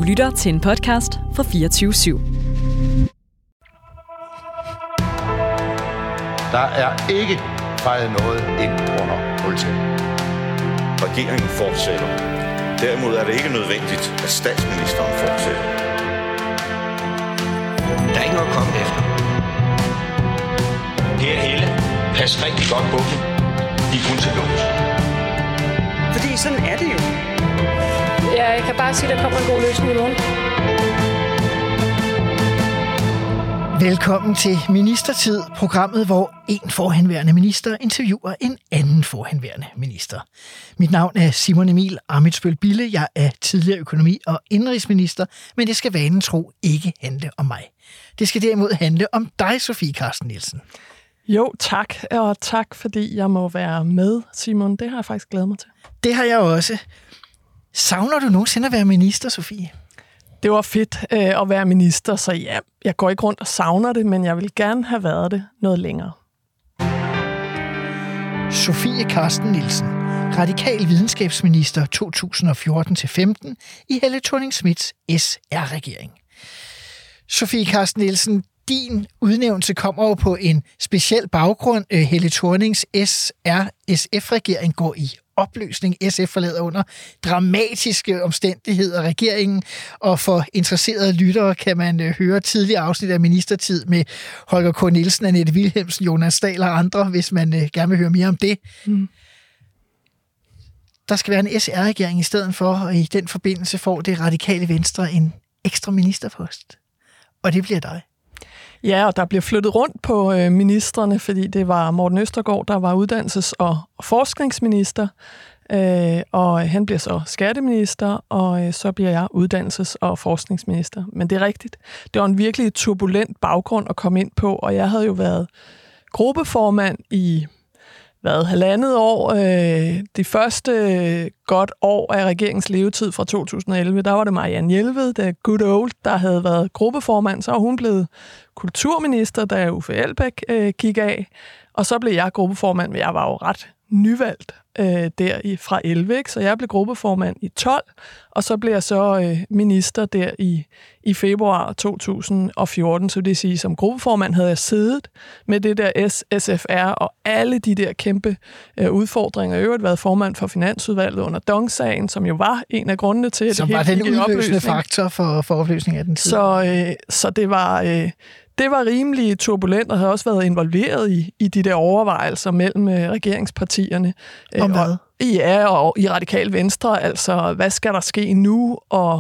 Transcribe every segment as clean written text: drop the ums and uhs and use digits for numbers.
lytter til en podcast fra 24/7. Der er ikke fejret noget ind under politiet. Regeringen fortsætter. Derimod er det ikke nødvendigt, at statsministeren fortsætter. Der er ikke noget at komme efter. Per Helle, pas rigtig godt på dem. De er kun til lås. Fordi sådan er det jo. Ja, jeg kan bare sige, at der kommer en god løsning i morgen. Velkommen til Ministertid, programmet, hvor en forhenværende minister interviewer en anden forhenværende minister. Mit navn er Simon Emil Ammitzbøll-Bille. Jeg er tidligere økonomi- og indenrigsminister, men det skal vanen tro ikke handle om mig. Det skal derimod handle om dig, Sofie Carsten Nielsen. Jo, tak. Og tak, fordi jeg må være med, Simon. Det har jeg faktisk glædet mig til. Det har jeg også. Savner du nogensinde at være minister, Sofie? Det var fedt at være minister, så ja, jeg går ikke rundt og savner det, men jeg vil gerne have været det noget længere. Sofie Carsten Nielsen, radikal videnskabsminister 2014-15 i Helle Thorning-Schmidts SR-regering. Sofie Carsten Nielsen, din udnævnelse kommer jo på en speciel baggrund. Helle Thornings SR-SF-regering går i opløsning. SF forlader under dramatiske omstændigheder regeringen, og for interesserede lyttere kan man høre tidligere afsnit af Ministertid med Holger K. Nielsen, Annette Wilhelmsen, Jonas Dahl og andre, hvis man gerne vil høre mere om det. Der skal være en SR-regering i stedet for, og i den forbindelse får det radikale Venstre en ekstra ministerpost. Og det bliver dig. Ja, og der bliver flyttet rundt på ministrene, fordi det var Morten Østergaard, der var uddannelses- og forskningsminister, og han bliver så skatteminister, og så bliver jeg uddannelses- og forskningsminister. Men det er rigtigt. Det var en virkelig turbulent baggrund at komme ind på, og jeg havde jo været gruppeformand i 1,5 år. De første godt år af regeringens levetid fra 2011, der var det Marianne Jelved, der good old, der havde været gruppeformand. Så er hun blevet kulturminister, da Uffe Elbæk gik af. Og så blev jeg gruppeformand, men jeg var jo ret nyvalgt fra 11, ikke? Så jeg blev gruppeformand i 12, og så blev jeg så minister der i februar 2014. Så det vil sige, som gruppeformand havde jeg siddet med det der SFR og alle de der kæmpe udfordringer. Jeg har øvrigt været formand for Finansudvalget under Dong-sagen, som jo var en af grundene til, at som det hele var den udløsende faktor for opløsning af den tid. Så det var... Det var rimelig turbulent, og havde også været involveret i de der overvejelser mellem regeringspartierne. Om hvad? Og i Radikal Venstre, altså hvad skal der ske nu, og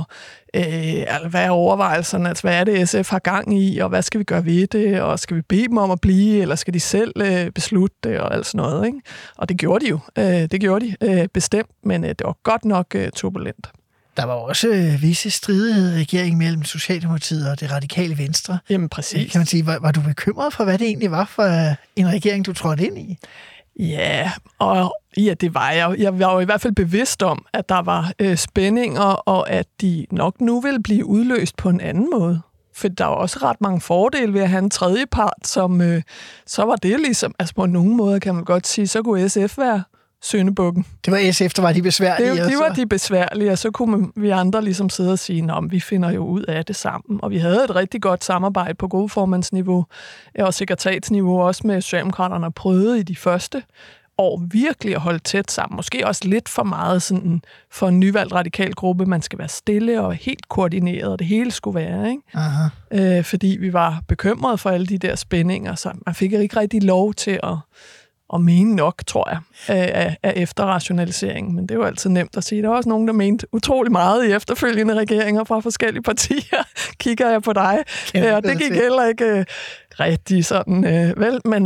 hvad er overvejelserne, altså hvad er det SF har gang i, og hvad skal vi gøre ved det, og skal vi bede dem om at blive, eller skal de selv beslutte det, og alt sådan noget, ikke? Og det gjorde de jo, bestemt, men det var godt nok turbulent. Der var også visse stridigheder i regeringen mellem Socialdemokratiet og det radikale Venstre. Jamen præcis. Kan man sige, var du bekymret for, hvad det egentlig var for en regering, du trådte ind i? Ja, det var jeg. Jeg var jo i hvert fald bevidst om, at der var spændinger, og at de nok nu ville blive udløst på en anden måde. For der var også ret mange fordele ved at have en tredje part, som så var det ligesom, altså på nogen måde kan man godt sige, så kunne SF være syndebukken. Det var SF, der var de besværlige. Det var de besværlige, og så kunne vi andre ligesom sidde og sige, at vi finder jo ud af det sammen. Og vi havde et rigtig godt samarbejde på gruppeformandsniveau og sekretariatsniveau også med Socialdemokraterne, og prøvede i de første år virkelig at holde tæt sammen. Måske også lidt for meget sådan for en nyvalgt radikal gruppe. Man skal være stille og helt koordineret, og det hele skulle være, ikke? Fordi vi var bekymrede for alle de der spændinger, så man fik ikke rigtig lov til at mene nok, tror jeg, af efterrationaliseringen. Men det er jo altid nemt at sige. Der er også nogen, der mente utrolig meget i efterfølgende regeringer fra forskellige partier. Kigger jeg på dig. Og det gik heller ikke rigtig sådan vel. Men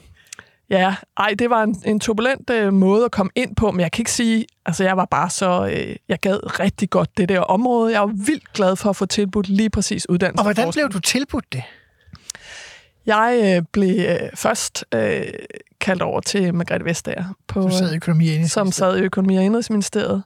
det var en turbulent måde at komme ind på. Men jeg kan ikke sige, altså jeg var bare så... jeg gad rigtig godt det der område. Jeg var vildt glad for at få tilbudt lige præcis uddannelse. Og hvordan blev du tilbudt det? Jeg blev først kaldt over til Margrethe Vestager, som sad i Økonomi- og Indenrigsministeriet.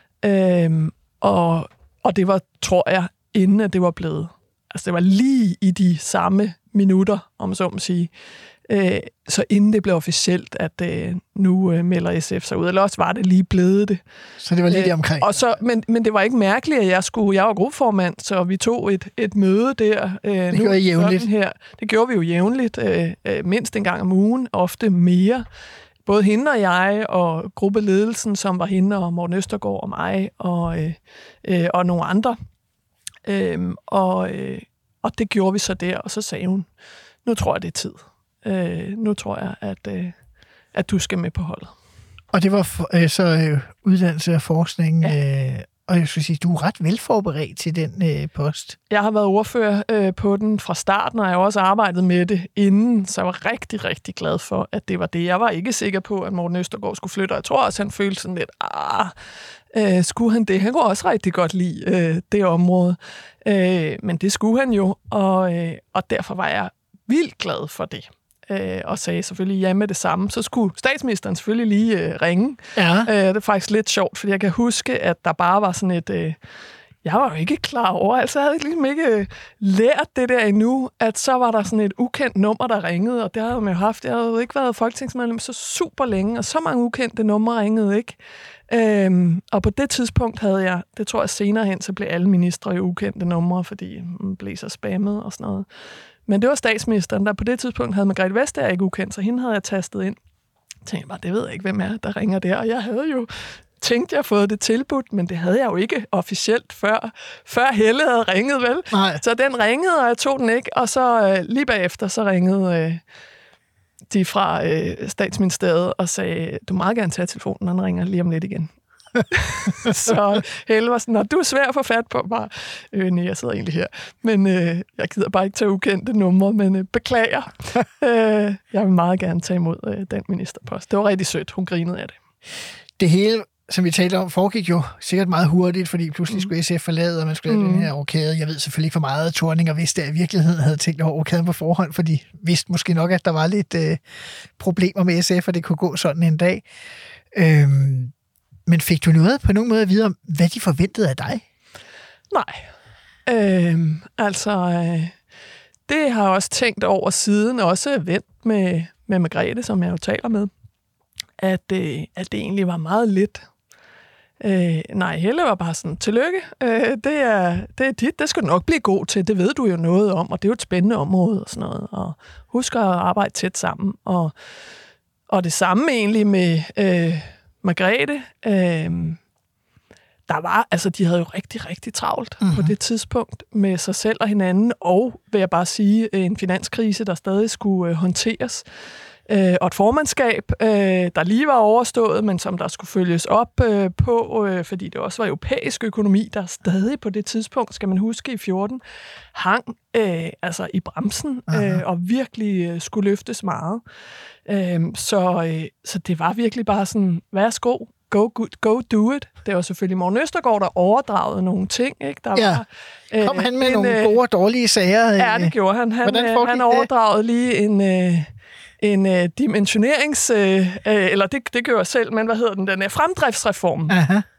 Og det var, tror jeg, inden at det var blevet. Altså det var lige i de samme minutter, om så må sige, Så inden det blev officielt, at nu melder SF sig ud, eller også var det lige blevet det. Så det var lige omkring. Og så, men det var ikke mærkeligt, at jeg var gruppeformand, så vi tog et møde der. Det gjorde I jævnligt. Her. Det gjorde vi jo jævnligt, mindst en gang om ugen, ofte mere. Både hende og jeg, og gruppeledelsen, som var hende og Morten Østergaard og mig, og nogle andre. Og det gjorde vi så der, og så sagde hun, nu tror jeg, det er tid. Nu tror jeg, at du skal med på holdet. Og det var så uddannelse og forskning, og jeg skulle sige, du er ret velforberedt til den post. Jeg har været ordfører på den fra starten, og jeg har også arbejdet med det inden, så jeg var rigtig, rigtig glad for, at det var det. Jeg var ikke sikker på, at Morten Østergaard skulle flytte, og jeg tror også, han følte sådan lidt, skulle han det? Han kunne også rigtig godt lide det område, men det skulle han jo, og derfor var jeg vildt glad for det. Og sagde selvfølgelig ja med det samme. Så skulle statsministeren selvfølgelig lige ringe. Ja. Det er faktisk lidt sjovt, fordi jeg kan huske, at der bare var sådan et... jeg var jo ikke klar over, altså jeg havde ligesom ikke lært det der endnu, at så var der sådan et ukendt nummer, der ringede, og det havde man jo haft. Jeg havde jo ikke været folketingsmedlem så super længe, og så mange ukendte numre ringede ikke. Og på det tidspunkt havde jeg, det tror jeg senere hen, så blev alle ministre jo ukendte numre, fordi man blev så spammet og sådan noget. Men det var statsministeren, der på det tidspunkt havde Margrethe Vestager ikke ukendt, så hende havde jeg tastet ind. Jeg tænkte bare, det ved jeg ikke, hvem er, der ringer der. Og jeg havde jo tænkt, jeg havde fået det tilbudt, men det havde jeg jo ikke officielt, før Helle havde ringet, vel? Nej. Så den ringede, og jeg tog den ikke. Og så lige bagefter, så ringede de fra Statsministeriet og sagde, du må meget gerne tage telefonen, og den ringer lige om lidt igen. Så Helle var sådan, du er svær at få fat på. Bare, nej, jeg sidder egentlig her. Men jeg gider bare ikke tage ukendte numre, men beklager. Jeg vil meget gerne tage imod den ministerpost. Det var rigtig sødt. Hun grinede af det. Det hele, som vi talte om, foregik jo sikkert meget hurtigt, fordi pludselig skulle SF forlade, og man skulle have den her rokade. Jeg ved selvfølgelig ikke, hvor meget Thorning og Vestager i virkeligheden havde tænkt over rokaden på forhånd, for de vidste måske nok, at der var lidt problemer med SF, og det kunne gå sådan en dag. Men fik du noget på nogen måde at vide om, hvad de forventede af dig? Nej. Det har jeg også tænkt over siden, også vendt med Margrethe, som jeg jo taler med, at det egentlig var meget lidt. Nej, Helle var bare sådan, tillykke, det er dit, det skal du nok blive god til, det ved du jo noget om, og det er jo et spændende område og sådan noget, og husk at arbejde tæt sammen, og det samme egentlig med Margrethe, der var, altså de havde jo rigtig, rigtig travlt på det tidspunkt med sig selv og hinanden, og vil jeg bare sige, en finanskrise, der stadig skulle håndteres, og et formandskab, der lige var overstået, men som der skulle følges op på, fordi det også var europæisk økonomi, der stadig på det tidspunkt, skal man huske, i 14 hang altså i bremsen, og virkelig skulle løftes meget. Så det var virkelig bare sådan, værsgo, go do it. Det var selvfølgelig Morten Østergaard, der overdragede nogle ting. Ikke? Der var, kom han med nogle gode og dårlige sager? Ja, det gjorde han. Han overdragede lige en dimensionerings... eller det gør jeg selv, men hvad hedder den fremdriftsreform.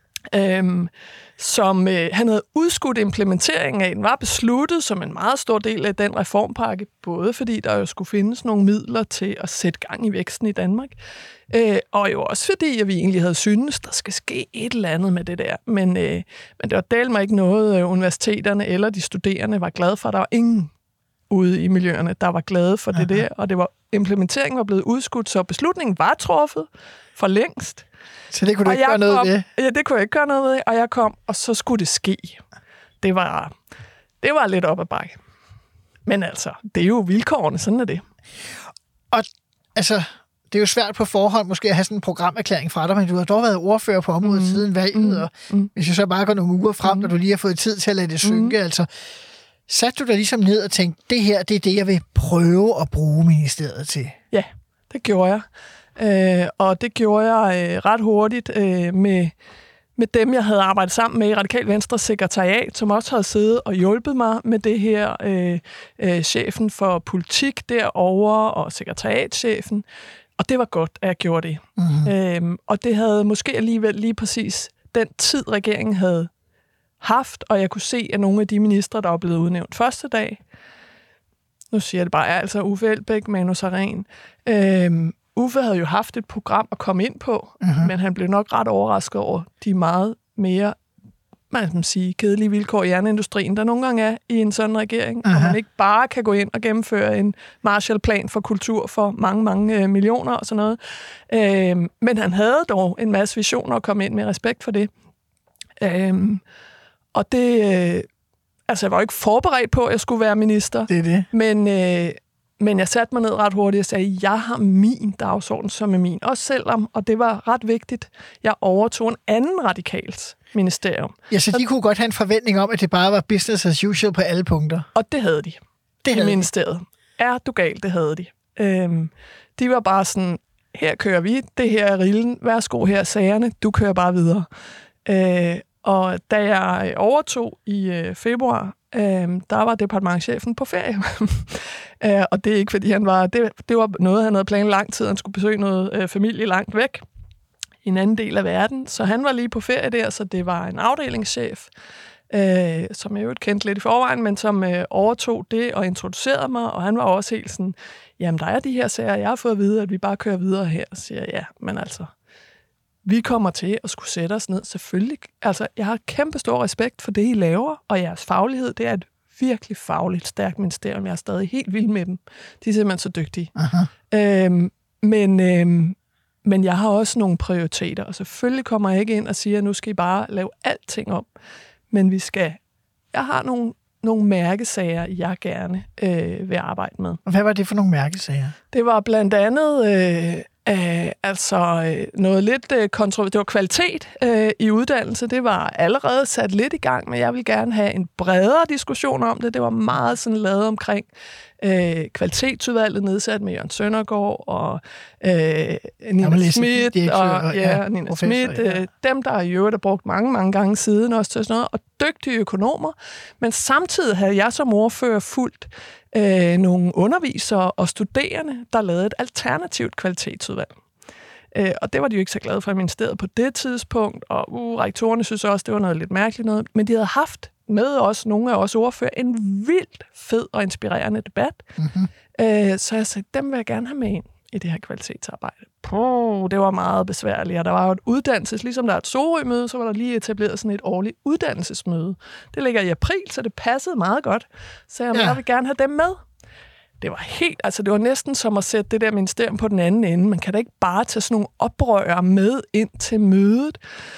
Som han havde udskudt implementeringen af. Den var besluttet som en meget stor del af den reformpakke, både fordi der jo skulle findes nogle midler til at sætte gang i væksten i Danmark, og jo også fordi, at vi egentlig havde syntes, der skal ske et eller andet med det der. Men det var delt mig ikke noget, universiteterne eller de studerende var glade for. Der var ingen ude i miljøerne, der var glade for det der, og implementeringen var blevet udskudt, så beslutningen var truffet for længst. Så det kunne du ikke gøre noget ved? Ja, det kunne jeg ikke gøre noget ved, og jeg kom, og så skulle det ske. Det var lidt op ad bakke. Men altså, det er jo vilkårene, sådan er det. Og altså, det er jo svært på forhånd måske at have sådan en programerklæring fra dig, men du har dog været ordfører på området siden valget, og hvis jeg så bare går nogle uger frem, når du lige har fået tid til at lade det synke, altså, satte du dig ligesom ned og tænkte, det her, det er det, jeg vil prøve at bruge ministeriet til? Ja, det gjorde jeg. Og det gjorde jeg ret hurtigt med dem, jeg havde arbejdet sammen med i Radikal Venstres sekretariat, som også havde siddet og hjulpet mig med det her, chefen for politik derovre og sekretariatschefen. Og det var godt, at jeg gjorde det. Og det havde måske alligevel lige præcis den tid, regeringen havde haft, og jeg kunne se, at nogle af de ministre, der var blevet udnævnt første dag, nu siger jeg det bare, altså Uffe Elbæk, Manu Sareen. Uffe havde jo haft et program at komme ind på, men han blev nok ret overrasket over de meget mere, man kan sige, kedelige vilkår i jernindustrien, der nogle gange er i en sådan regering, og man ikke bare kan gå ind og gennemføre en Marshallplan for kultur for mange, mange millioner og sådan noget. Men han havde dog en masse visioner at komme ind med respekt for det. Og det... altså, jeg var ikke forberedt på, at jeg skulle være minister. Det er det. Men jeg satte mig ned ret hurtigt og sagde, at jeg har min dagsorden, som er min. Også selvom, og det var ret vigtigt, jeg overtog en anden radikals ministerium. Ja, så de kunne godt have en forventning om, at det bare var business as usual på alle punkter. Og det havde de. Det havde i ministeriet. Er du gal? Det havde de. De var bare sådan, her kører vi, det her er rillen, værsgo her sagerne, du kører bare videre. Og da jeg overtog i februar, der var departementschefen på ferie. Og det er ikke, fordi han var... Det var noget, han havde planlagt lang tid. Han skulle besøge noget familie langt væk i en anden del af verden. Så han var lige på ferie der, så det var en afdelingschef, som jeg jo kendte lidt i forvejen, men som overtog det og introducerede mig, og han var også helt sådan, jamen, der er de her sager, jeg har fået at vide, at vi bare kører videre her. Så siger jeg, ja, men altså... Vi kommer til at skulle sætte os ned, selvfølgelig. Altså, jeg har kæmpe stor respekt for det, I laver, og jeres faglighed, det er et virkelig fagligt stærkt ministerium. Jeg er stadig helt vild med dem. De er simpelthen så dygtige. Men jeg har også nogle prioriteter, og selvfølgelig kommer jeg ikke ind og siger, at nu skal I bare lave alting om. Men jeg har nogle mærkesager, jeg gerne vil arbejde med. Og hvad var det for nogle mærkesager? Det var blandt andet... noget lidt kontroversielt. Det var kvalitet i uddannelse. Det var allerede sat lidt i gang, men jeg vil gerne have en bredere diskussion om det. Det var meget sådan lavet omkring kvalitetsudvalget nedsat med Jørgen Søndergaard og Nina Schmidt og Nina Schmidt. Dem, der i øvrigt har brugt mange, mange gange siden også til sådan noget, og dygtige økonomer. Men samtidig havde jeg som ordfører fulgt nogle undervisere og studerende, der lavede et alternativt kvalitetsudvalg. Og det var de jo ikke så glade for i ministeriet på det tidspunkt, og rektorerne synes også, det var noget lidt mærkeligt noget, men de havde haft med os, nogle af os ordfører, en vildt fed og inspirerende debat. Så jeg sagde, dem vil jeg gerne have med ind i det her kvalitetsarbejde. Det var meget besværligt, og der var jo et ligesom der er et Sorø-møde, så var der lige etableret sådan et årligt uddannelsesmøde. Det ligger i april, så det passede meget godt. Så jeg vil gerne have dem med. Det var det var næsten som at sætte det der ministerium på den anden ende. Man kan da ikke bare tage sådan nogle oprørere med ind til mødet.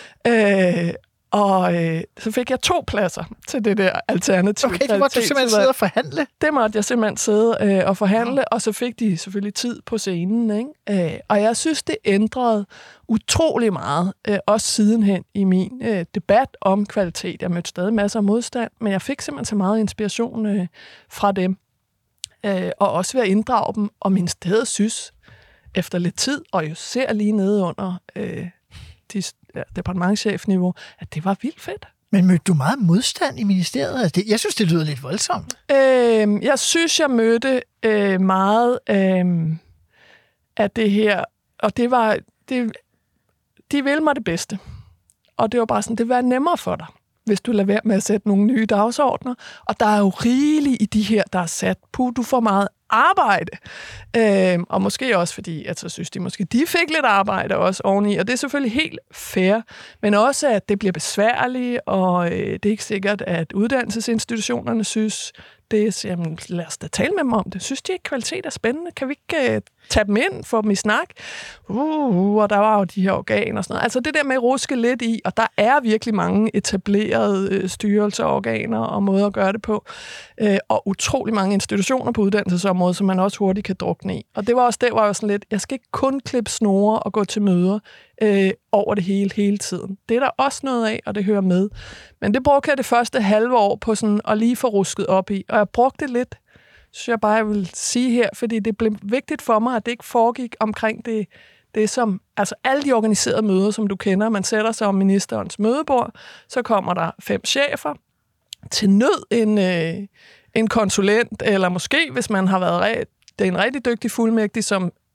Så fik jeg 2 pladser til det der alternativ. Okay, det måtte du simpelthen sidde og forhandle? Det måtte jeg simpelthen sidde og forhandle, og så fik de selvfølgelig tid på scenen. Ikke? Og jeg synes, det ændrede utrolig meget, også sidenhen i min debat om kvalitet. Jeg mødte stadig masser af modstand, men jeg fik simpelthen så meget inspiration fra dem. Og også ved at inddrage dem, og ministeriet synes, efter lidt tid, og jo ser lige nede under departementschefniveau, at det var vildt fedt. Men mødte du meget modstand i ministeriet? Altså jeg synes, det lyder lidt voldsomt. Jeg synes, jeg mødte meget af det her, og det var... de ville mig det bedste. Og det var bare sådan, det var nemmere for dig, hvis du lader være med at sætte nogle nye dagsordner. Og der er jo rigeligt i de her, der er sat på. Du får meget arbejde. Og måske også fordi, at så synes de måske, de fik lidt arbejde også oveni. Og det er selvfølgelig helt fair. Men også, at det bliver besværligt, og det er ikke sikkert, at uddannelsesinstitutionerne synes det. Jamen, lad os da tale med dem om det. Synes de, at kvalitet er spændende? Kan vi ikke tage dem ind, få dem i snak? Og der var jo de her organer og sådan noget. Altså det der med at ruske lidt i, og der er virkelig mange etablerede styrelser, organer og måder at gøre det på. Og utrolig mange institutioner på uddannelsesområdet, som man også hurtigt kan drukne i. Og det var også det, var jo sådan lidt, jeg skal ikke kun klippe snore og gå til møder over det hele tiden. Det er der også noget af, og det hører med. Men det brugte jeg det første halve år på sådan at lige få rusket op i. Og jeg brugte det lidt, synes jeg bare, jeg vil sige her, fordi det blev vigtigt for mig, at det ikke foregik omkring det som, altså alle de organiserede møder, som du kender, man sætter sig om ministerens mødebord, så kommer der 5 chefer, til nød en konsulent, eller måske, hvis man har været det er en rigtig dygtig fuldmægtig, som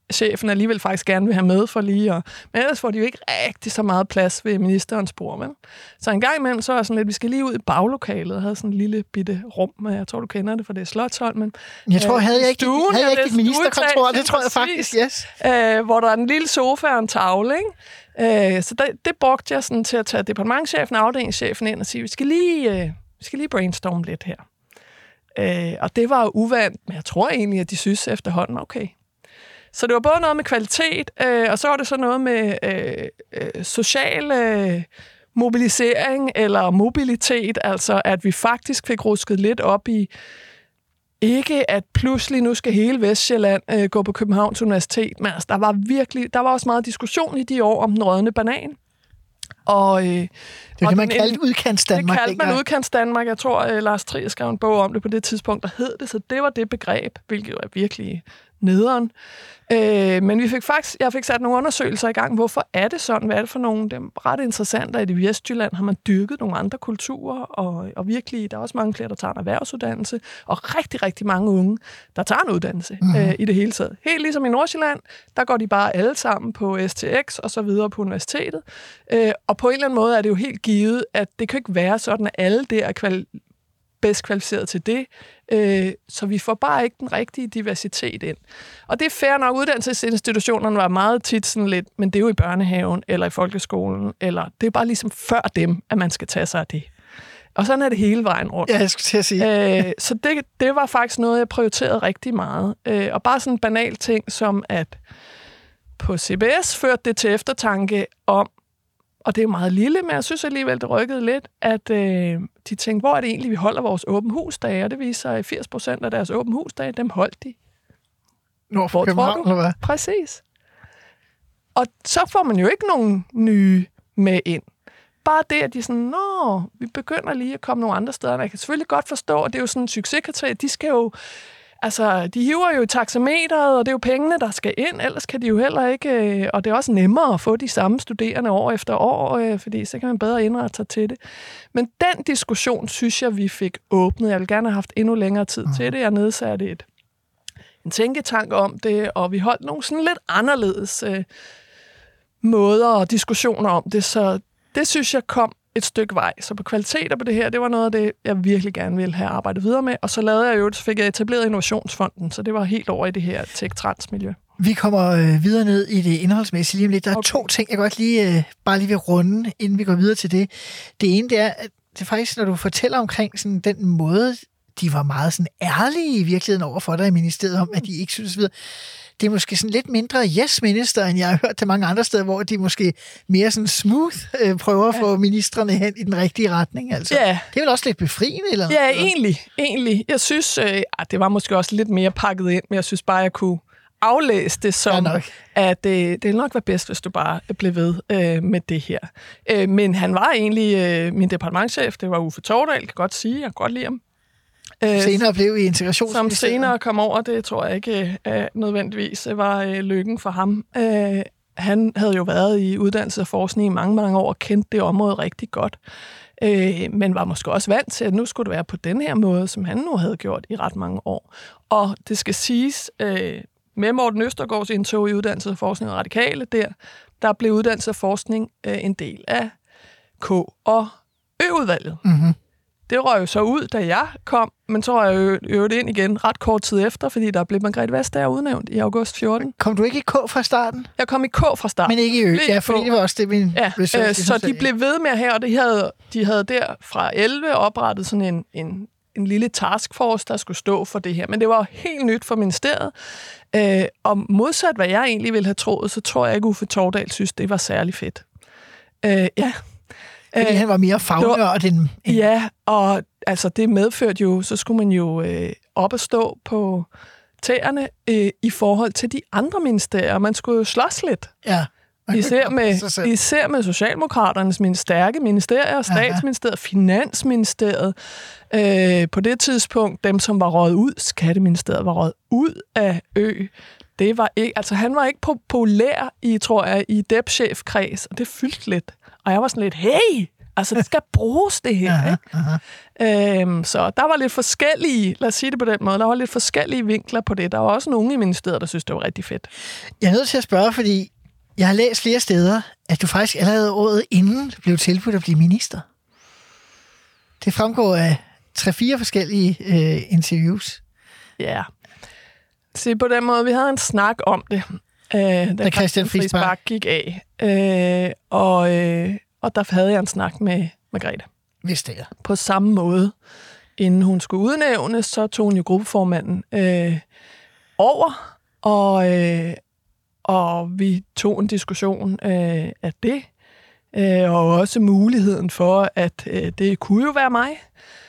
chefen alligevel faktisk gerne vil have med for lige at... Men ellers får de jo ikke rigtig så meget plads ved ministerens bord, vel? Så en gang imellem, så er sådan lidt, vi skal lige ud i baglokalet, og havde sådan en lille bitte rum, men jeg tror, du kender det, for det er Slotsholmen. Jeg tror, havde jeg ikke et ministerkontor, det tror jeg faktisk, yes. Hvor der er en lille sofa og en tavle, ikke? Så det brugte jeg sådan til at tage departementschefen og afdelingschefen ind og sige, vi skal lige brainstorme lidt her. Og det var jo uvant, men jeg tror egentlig, at de synes efterhånden, okay. Så det var både noget med kvalitet, og så var det så noget med social mobilisering eller mobilitet, altså at vi faktisk fik rusket lidt op i, ikke at pludselig nu skal hele Vestsjælland gå på Københavns Universitet, men altså, der var også meget diskussion i de år om den rådne banan. Og, det var det, man kaldte udkantsdanmark. Det kaldte man udkantsdanmark. Jeg tror, Lars Trier skrev en bog om det på det tidspunkt, der hed det, så det var det begreb, hvilket er virkelig nederen. Men jeg fik sat nogle undersøgelser i gang. Hvorfor er det sådan? Hvad er det for nogle? Det er ret interessant, at i Vestjylland har man dyrket nogle andre kulturer, og virkelig, der er også mange flere, der tager en erhvervsuddannelse, og rigtig, rigtig mange unge, der tager en uddannelse i det hele taget. Helt ligesom i Nordsjælland, der går de bare alle sammen på STX og så videre på universitetet. Og på en eller anden måde er det jo helt givet, at det kan ikke være sådan, at alle der er bedst kvalificeret til det, så vi får bare ikke den rigtige diversitet ind. Og det er fair nok, uddannelsesinstitutionerne var meget tit sådan lidt, men det er jo i børnehaven, eller i folkeskolen, eller det er bare ligesom før dem, at man skal tage sig af det. Og sådan er det hele vejen rundt. Ja, jeg skulle til at sige. Så det var faktisk noget, jeg prioriterede rigtig meget. Og bare sådan en banal ting, som at på CBS førte det til eftertanke om, og det er meget lille, men jeg synes alligevel, det rykkede lidt, at de tænkte, hvor er det egentlig, vi holder vores åben husdage? Og det viser, at 80% af deres åben husdage, dem holdt de. Nord for København, eller hvad? Præcis. Og så får man jo ikke nogen nye med ind. Bare det, at de sådan, vi begynder lige at komme nogle andre steder. Jeg kan selvfølgelig godt forstå, at det er jo sådan en succeskriterie. De skal jo... Altså, de hiver jo i taxameteret, og det er jo pengene, der skal ind. Ellers kan de jo heller ikke... Og det er også nemmere at få de samme studerende år efter år, fordi så kan man bedre indrette sig til det. Men den diskussion, synes jeg, vi fik åbnet. Jeg ville gerne have haft endnu længere tid til det. Jeg nedsatte en tænketank om det, og vi holdt nogle sådan lidt anderledes måder og diskussioner om det. Så det synes jeg kom et stykke vej. Så på kvaliteter på det her, det var noget af det, jeg virkelig gerne ville have arbejdet videre med. Og så fik jeg etableret Innovationsfonden, så det var helt over i det her tech-trans-miljø. Vi kommer videre ned i det indholdsmæssige lige om lidt. Der er to ting, jeg godt bare lige vil runde, inden vi går videre til det. Det ene, det er, at det er faktisk, når du fortæller omkring sådan den måde, de var meget sådan ærlige i virkeligheden over for dig i ministeriet om, at de ikke synes videre. Det er måske sådan lidt mindre yes-minister, end jeg har hørt til mange andre steder, hvor de måske mere sådan smooth prøver at få ministrene hen i den rigtige retning. Altså. Ja. Det er vel også lidt befriende? Eller ja, egentlig. Jeg synes, det var måske også lidt mere pakket ind, men jeg synes bare, jeg kunne aflæse det som, at det ville nok være bedst, hvis du bare blev ved med det her. Men han var egentlig min departementschef, det var Uffe Tordal, kan godt sige, jeg kan godt lide ham. Senere blev i integrationsministeriet. Som senere kom over, det tror jeg ikke nødvendigvis var lykken for ham. Han havde jo været i uddannelse og forskning i mange, mange år og kendte det område rigtig godt. Men var måske også vant til, at nu skulle det være på den her måde, som han nu havde gjort i ret mange år. Og det skal siges, med Morten Østergaards indtog i uddannelse og forskning og radikale der blev uddannelse og forskning en del af K- og Ø-udvalget. Mm-hmm. Det røg jo så ud, da jeg kom, men så røg jeg øvet ind igen ret kort tid efter, fordi der blev Margrethe Vestager udnævnt i august 14. Kom du ikke i K fra starten? Jeg kom i K fra starten. Men ikke i Ø? Ja, fordi det var også det, min research. Så de blev ved med her, og de havde der fra 11 oprettet sådan en lille taskforce, der skulle stå for det her. Men det var helt nyt for ministeriet. Og modsat hvad jeg egentlig ville have troet, så tror jeg ikke, Uffe Tordal synes, det var særlig fedt. Ja. Fordi han var mere fagnørd end... Ja, og altså det medførte jo, så skulle man jo op og stå på tæerne i forhold til de andre ministerier. Man skulle jo slås lidt. Ja. Især med Socialdemokraternes stærke ministerier, Statsministeriet, Finansministeriet. På det tidspunkt, dem som var røget ud, Skatteministeriet var røget ud af Ø. Det var ikke, altså han var ikke populær i, tror jeg, i DEP-chefkreds, og det fyldte lidt. Og jeg var sådan lidt, hey! Altså, det skal bruges, det her. Ikke? Så der var lidt forskellige, lad os sige det på den måde, der var lidt forskellige vinkler på det. Der var også nogle i ministeriet, der synes, det var rigtig fedt. Jeg er nødt til at spørge, fordi jeg har læst flere steder, at du faktisk allerede året inden blev tilbudt at blive minister. Det fremgår af 3-4 forskellige interviews. Ja. Se, på den måde, vi havde en snak om det, da Christian Friis Bach gik af. Og der havde jeg en snak med Margrethe. Vidste jeg. På samme måde, inden hun skulle udnævnes, så tog hun jo gruppeformanden over, og vi tog en diskussion af det, og også muligheden for, at det kunne jo være mig.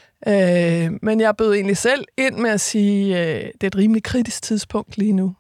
Men jeg bød egentlig selv ind med at sige, det er et rimelig kritisk tidspunkt lige nu.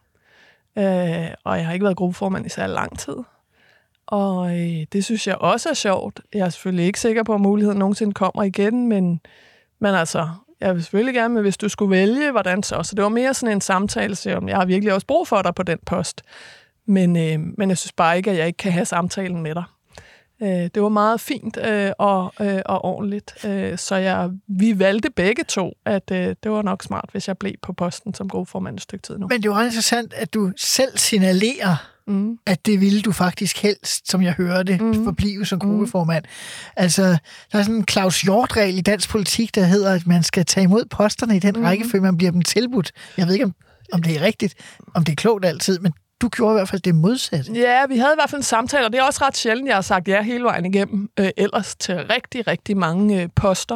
Og jeg har ikke været gruppeformand i særlig lang tid. Og det synes jeg også er sjovt. Jeg er selvfølgelig ikke sikker på, at muligheden nogensinde kommer igen, men altså, jeg vil selvfølgelig gerne, men hvis du skulle vælge, hvordan så? Så det var mere sådan en samtale, om jeg har virkelig også brug for dig på den post. Men jeg synes bare ikke, at jeg ikke kan have samtalen med dig. Det var meget fint og ordentligt. Så vi valgte begge to, at det var nok smart, hvis jeg blev på posten som gruppeformand et stykke tid nu. Men det var interessant, at du selv signalerer, at det ville du faktisk helst, som jeg hører det, forblive som gruppeformand. Altså, der er sådan en Claus Hjort-regel i dansk politik, der hedder, at man skal tage imod posterne i den rækkefølge, man bliver dem tilbudt. Jeg ved ikke, om det er rigtigt, om det er klogt altid, men du gjorde i hvert fald det modsatte. Ja, vi havde i hvert fald en samtale, og det er også ret sjældent, jeg har sagt ja hele vejen igennem, ellers til rigtig, rigtig mange poster.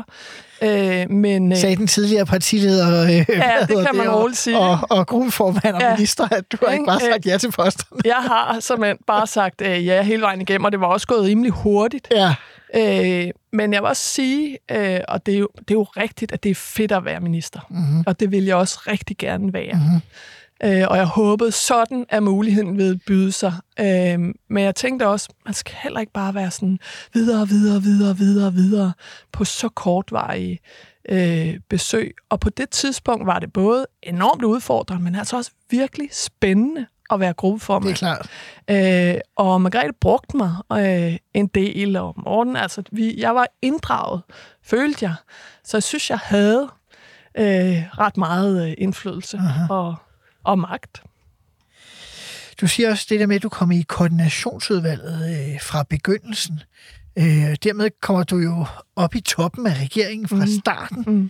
Men sagde den tidligere partileder, ja, det kan man roligt sige. Og gruppeformand og minister, at du har ikke bare sagt ja til posterne. Jeg har simpelthen bare sagt ja hele vejen igennem, og det var også gået rimelig hurtigt. Ja. Men jeg vil også sige, og det er jo rigtigt, at det er fedt at være minister. Og det vil jeg også rigtig gerne være. Og jeg håbede sådan, at muligheden ville byde sig. Men jeg tænkte også, man skal heller ikke bare være sådan videre på så kortvarige besøg. Og på det tidspunkt var det både enormt udfordrende, men altså også virkelig spændende at være gruppeformand. Det er klart. Og Margrethe brugte mig en del, og Morten, altså jeg var inddraget, følte jeg. Så jeg synes, jeg havde ret meget indflydelse og magt. Du siger også det der med, at du kom i koordinationsudvalget fra begyndelsen. Dermed kommer du jo op i toppen af regeringen fra starten.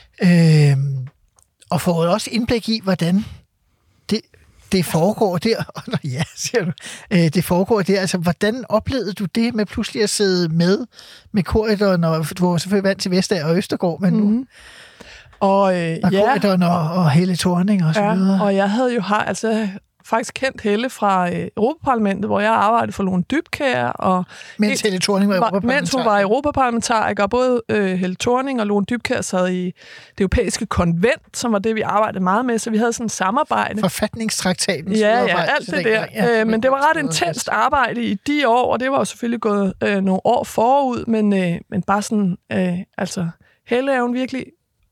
Og får også indblik i, hvordan det foregår der. Ja, siger du. Det foregår der. Altså, hvordan oplevede du det med pludselig at sidde med korridoren, og du var selvfølgelig vant til Vestager og Østergaard, men nu... Og og Helle Thorning og så videre. Og jeg havde jo faktisk kendt Helle fra Europaparlamentet, hvor jeg arbejdede for Lone Dybkjær. Mens Helle Thorning var europaparlamentariker. Mens hun var europaparlamentariker, og både Helle Thorning og Lone Dybkjær sad i det europæiske konvent, som var det, vi arbejdede meget med, så vi havde sådan et samarbejde. Forfatningstraktaten. Ja, alt det der. Ja, men det var ret intenst arbejde i de år, og det var jo selvfølgelig gået nogle år forud, men bare sådan, Helle er jo en virkelig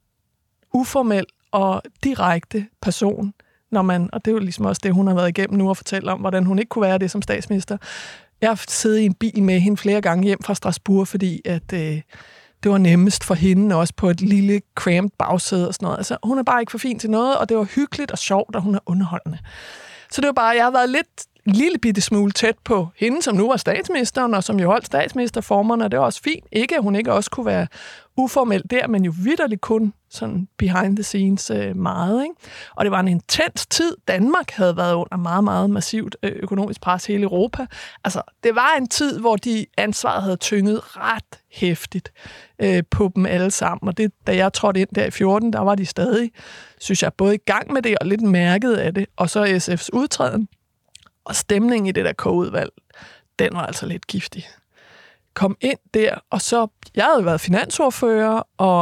uformel og direkte person, og det er jo ligesom også det, hun har været igennem nu, og fortælle om, hvordan hun ikke kunne være det som statsminister. Jeg har siddet i en bil med hende flere gange hjem fra Strasbourg, fordi at det var nemmest for hende, også på et lille cramped bagsæde og sådan noget. Altså, hun er bare ikke for fin til noget, og det var hyggeligt og sjovt, og hun er underholdende. Så det var bare, jeg har været en lille bitte smule tæt på hende, som nu var statsministeren, og som jo holdt statsministerformerne, og det var også fint. Ikke, at hun ikke også kunne være uformel der, men jo vitterligt kun sådan behind the scenes meget. Ikke? Og det var en intens tid. Danmark havde været under meget, meget massivt økonomisk pres hele Europa. Altså, det var en tid, hvor de ansvaret havde tynget ret hæftigt på dem alle sammen. Og det, da jeg trådte ind der i 14, der var de stadig, synes jeg, både i gang med det og lidt mærket af det. Og så SF's udtræden. Og stemningen i det der kogudvalg, den var altså lidt giftig. Kom ind der, og så... Jeg havde været finansordfører,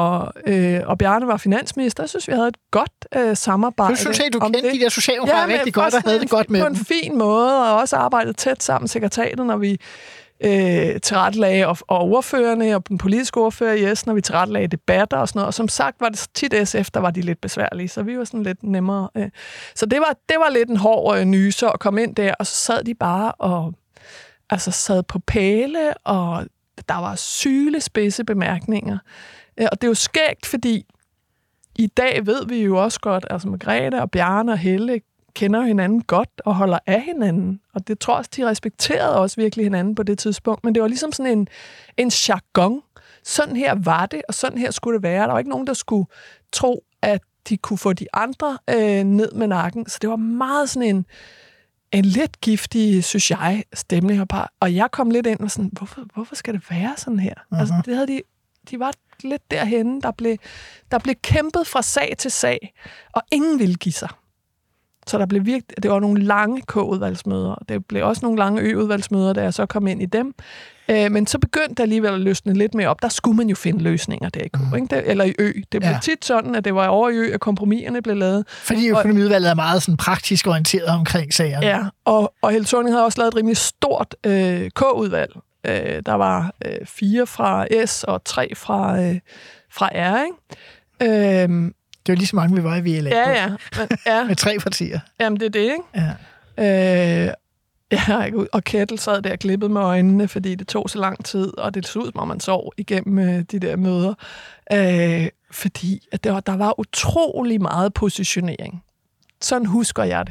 og Bjarne var finansminister. Jeg synes, vi havde et godt samarbejde. Du synes, du kendte de der socialdemokrater rigtig godt, og havde det godt med på dem. En fin måde, og også arbejdet tæt sammen med sekretariatet, når vi tilrettelagde, og ordførerne og den politiske ordfører i S, når vi tilrettelagde debatter og sådan noget. Og som sagt var det tit SF, der var de lidt besværlige, så vi var sådan lidt nemmere. Så det var lidt en hård nyser at komme ind der, og så sad de bare og sad på pæle og der var sylespidse bemærkninger. Og det er jo skægt, fordi i dag ved vi jo også godt, altså Margrethe og Bjarne og Helle kender hinanden godt og holder af hinanden. Og det tror jeg også, de respekterede også virkelig hinanden på det tidspunkt. Men det var ligesom sådan en jargon. Sådan her var det, og sådan her skulle det være. Der var ikke nogen, der skulle tro, at de kunne få de andre ned med nakken. Så det var meget sådan en lidt giftig, synes jeg, stemning herpå. Og jeg kom lidt ind og sådan, hvorfor skal det være sådan her? Uh-huh. Altså, det havde de var lidt derhenne. Der blev kæmpet fra sag til sag, og ingen ville give sig. Så det var nogle lange K-udvalgsmøder. Det blev også nogle lange Ø-udvalgsmøder, da jeg så kom ind i dem. Men så begyndte det alligevel at løsne lidt mere op. Der skulle man jo finde løsninger der i K, ikke? Eller i Ø. Det blev tit sådan, at det var over i Ø, at kompromiserne blev lavet. Fordi økonomiudvalget er meget sådan praktisk orienteret omkring sagerne. Ja, og Helle Thorning havde også lavet et rimelig stort K-udvalg. Der var 4 fra S og 3 fra R, ikke? Det var lige så mange, vi var i VLA. Ja. Med 3 partier. Jamen, det er det, ikke? Ja. Og Kettel sad der og klippede med øjnene, fordi det tog så lang tid, og det så ud, som man sov igennem de der møder. Fordi at der var utrolig meget positionering. Sådan husker jeg det.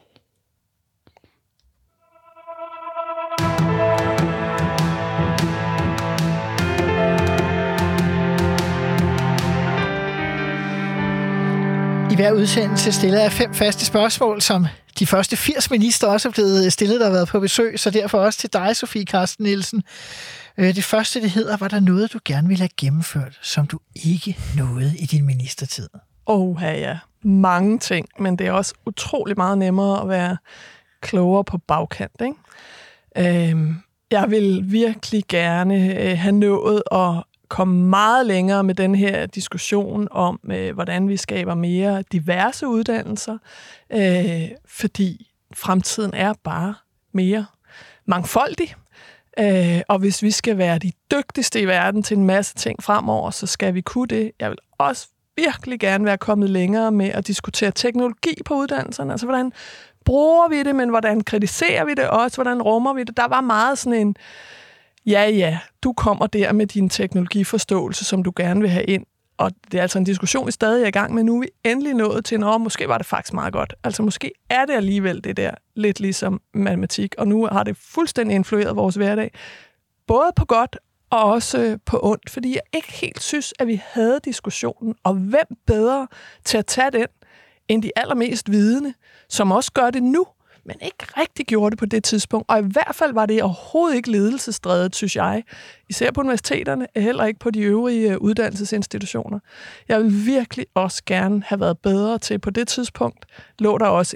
I hver udsendelse stiller jeg 5 faste spørgsmål, som de første 80 minister også er blevet stillet, der har været på besøg, så derfor også til dig, Sofie Carsten Nielsen. Det første, det hedder, var der noget, du gerne ville have gennemført, som du ikke nåede i din ministertid? Ja. Mange ting, men det er også utrolig meget nemmere at være klogere på bagkant, ikke? Jeg vil virkelig gerne have nået at komme meget længere med den her diskussion om, hvordan vi skaber mere diverse uddannelser, fordi fremtiden er bare mere mangfoldig. Og hvis vi skal være de dygtigste i verden til en masse ting fremover, så skal vi kunne det. Jeg vil også virkelig gerne være kommet længere med at diskutere teknologi på uddannelserne. Altså, hvordan bruger vi det, men hvordan kritiserer vi det også? Hvordan rummer vi det? Der var meget sådan en ja, du kommer der med din teknologiforståelse, som du gerne vil have ind. Og det er altså en diskussion, vi stadig er i gang med. Nu er vi endelig nået til, måske var det faktisk meget godt. Altså måske er det alligevel det der, lidt ligesom matematik. Og nu har det fuldstændig influeret vores hverdag. Både på godt og også på ondt. Fordi jeg ikke helt synes, at vi havde diskussionen. Og hvem bedre til at tage den, end de allermest vidende, som også gør det nu, men ikke rigtig gjorde det på det tidspunkt. Og i hvert fald var det overhovedet ikke ledelsesdrevet, synes jeg. Især på universiteterne, heller ikke på de øvrige uddannelsesinstitutioner. Jeg vil virkelig også gerne have været bedre til. På det tidspunkt lå der også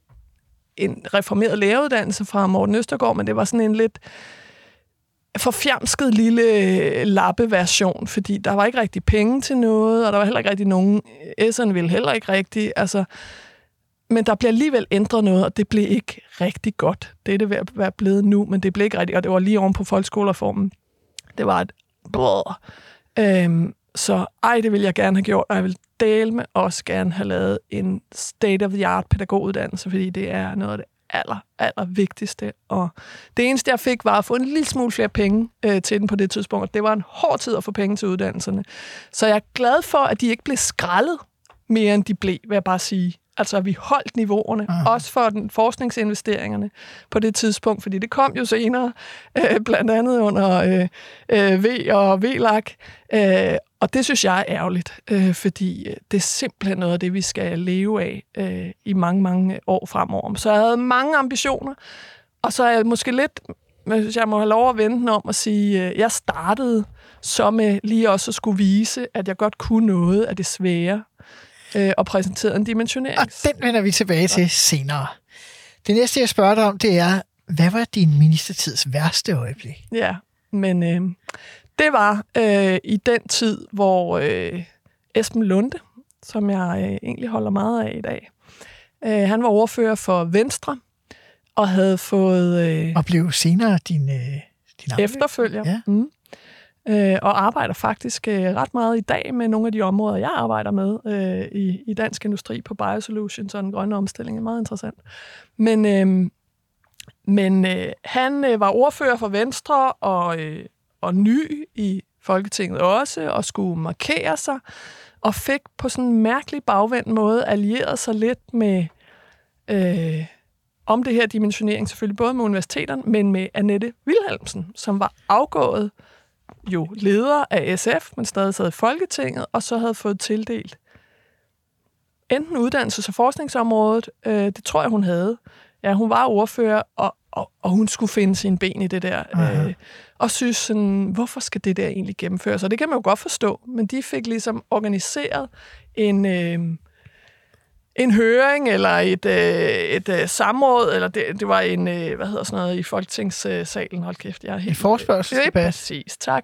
en reformeret læreruddannelse fra Morten Østergaard, men det var sådan en lidt forfjamsket lille lappeversion, fordi der var ikke rigtig penge til noget, og der var heller ikke rigtig nogen. S'erne ville heller ikke rigtig, altså. Men der bliver alligevel ændret noget, og det blev ikke rigtig godt. Det er det ved at være blevet nu, men det blev ikke rigtigt, og det var lige oven på folkeskolereformen. Det var et så det vil jeg gerne have gjort, og jeg vil dele med også gerne have lavet en state-of-the-art pædagoguddannelse, fordi det er noget af det aller vigtigste. Og det eneste, jeg fik, var at få en lille smule flere penge til den på det tidspunkt, og det var en hård tid at få penge til uddannelserne. Så jeg er glad for, at de ikke blev skrællet mere, end de blev, vil jeg bare sige. Altså, at vi holdt niveauerne, også for forskningsinvesteringerne på det tidspunkt, fordi det kom jo senere, blandt andet under V og VLAG, og det synes jeg er ærgerligt, fordi det er simpelthen noget af det, vi skal leve af i mange år fremover. Så jeg havde mange ambitioner, og så er jeg måske lidt, hvis jeg må have lov at vente den om at sige, jeg startede så med lige også at skulle vise, at jeg godt kunne noget af det svære, og præsenteret en dimensionering. Og den vender vi tilbage til senere. Det næste, jeg spørger dig om, det er, hvad var din ministertids værste øjeblik? Ja, men det var i den tid, hvor Esben Lunde, som jeg egentlig holder meget af i dag, han var ordfører for Venstre, og havde fået og blev senere din efterfølger. Ja. Og arbejder faktisk ret meget i dag med nogle af de områder, jeg arbejder med i dansk industri på Biosolutions og den grønne omstilling. Det er meget interessant. Men han var ordfører for Venstre, og ny i Folketinget også, og skulle markere sig, og fik på sådan en mærkelig bagvendt måde allieret sig lidt med om det her dimensionering, selvfølgelig både med universiteterne, men med Annette Wilhelmsen, som var afgået jo leder af SF, men stadig sad i Folketinget, og så havde fået tildelt enten uddannelses- og forskningsområdet, det tror jeg, hun havde. Ja, hun var ordfører, og hun skulle finde sine ben i det der, og synes sådan, hvorfor skal det der egentlig gennemføres? Og det kan man jo godt forstå, men de fik ligesom organiseret en høring, eller et samråd, eller det var en, i Folketingssalen, hold kæft, jeg er helt... En forespørgselsdebat. Præcis, tak.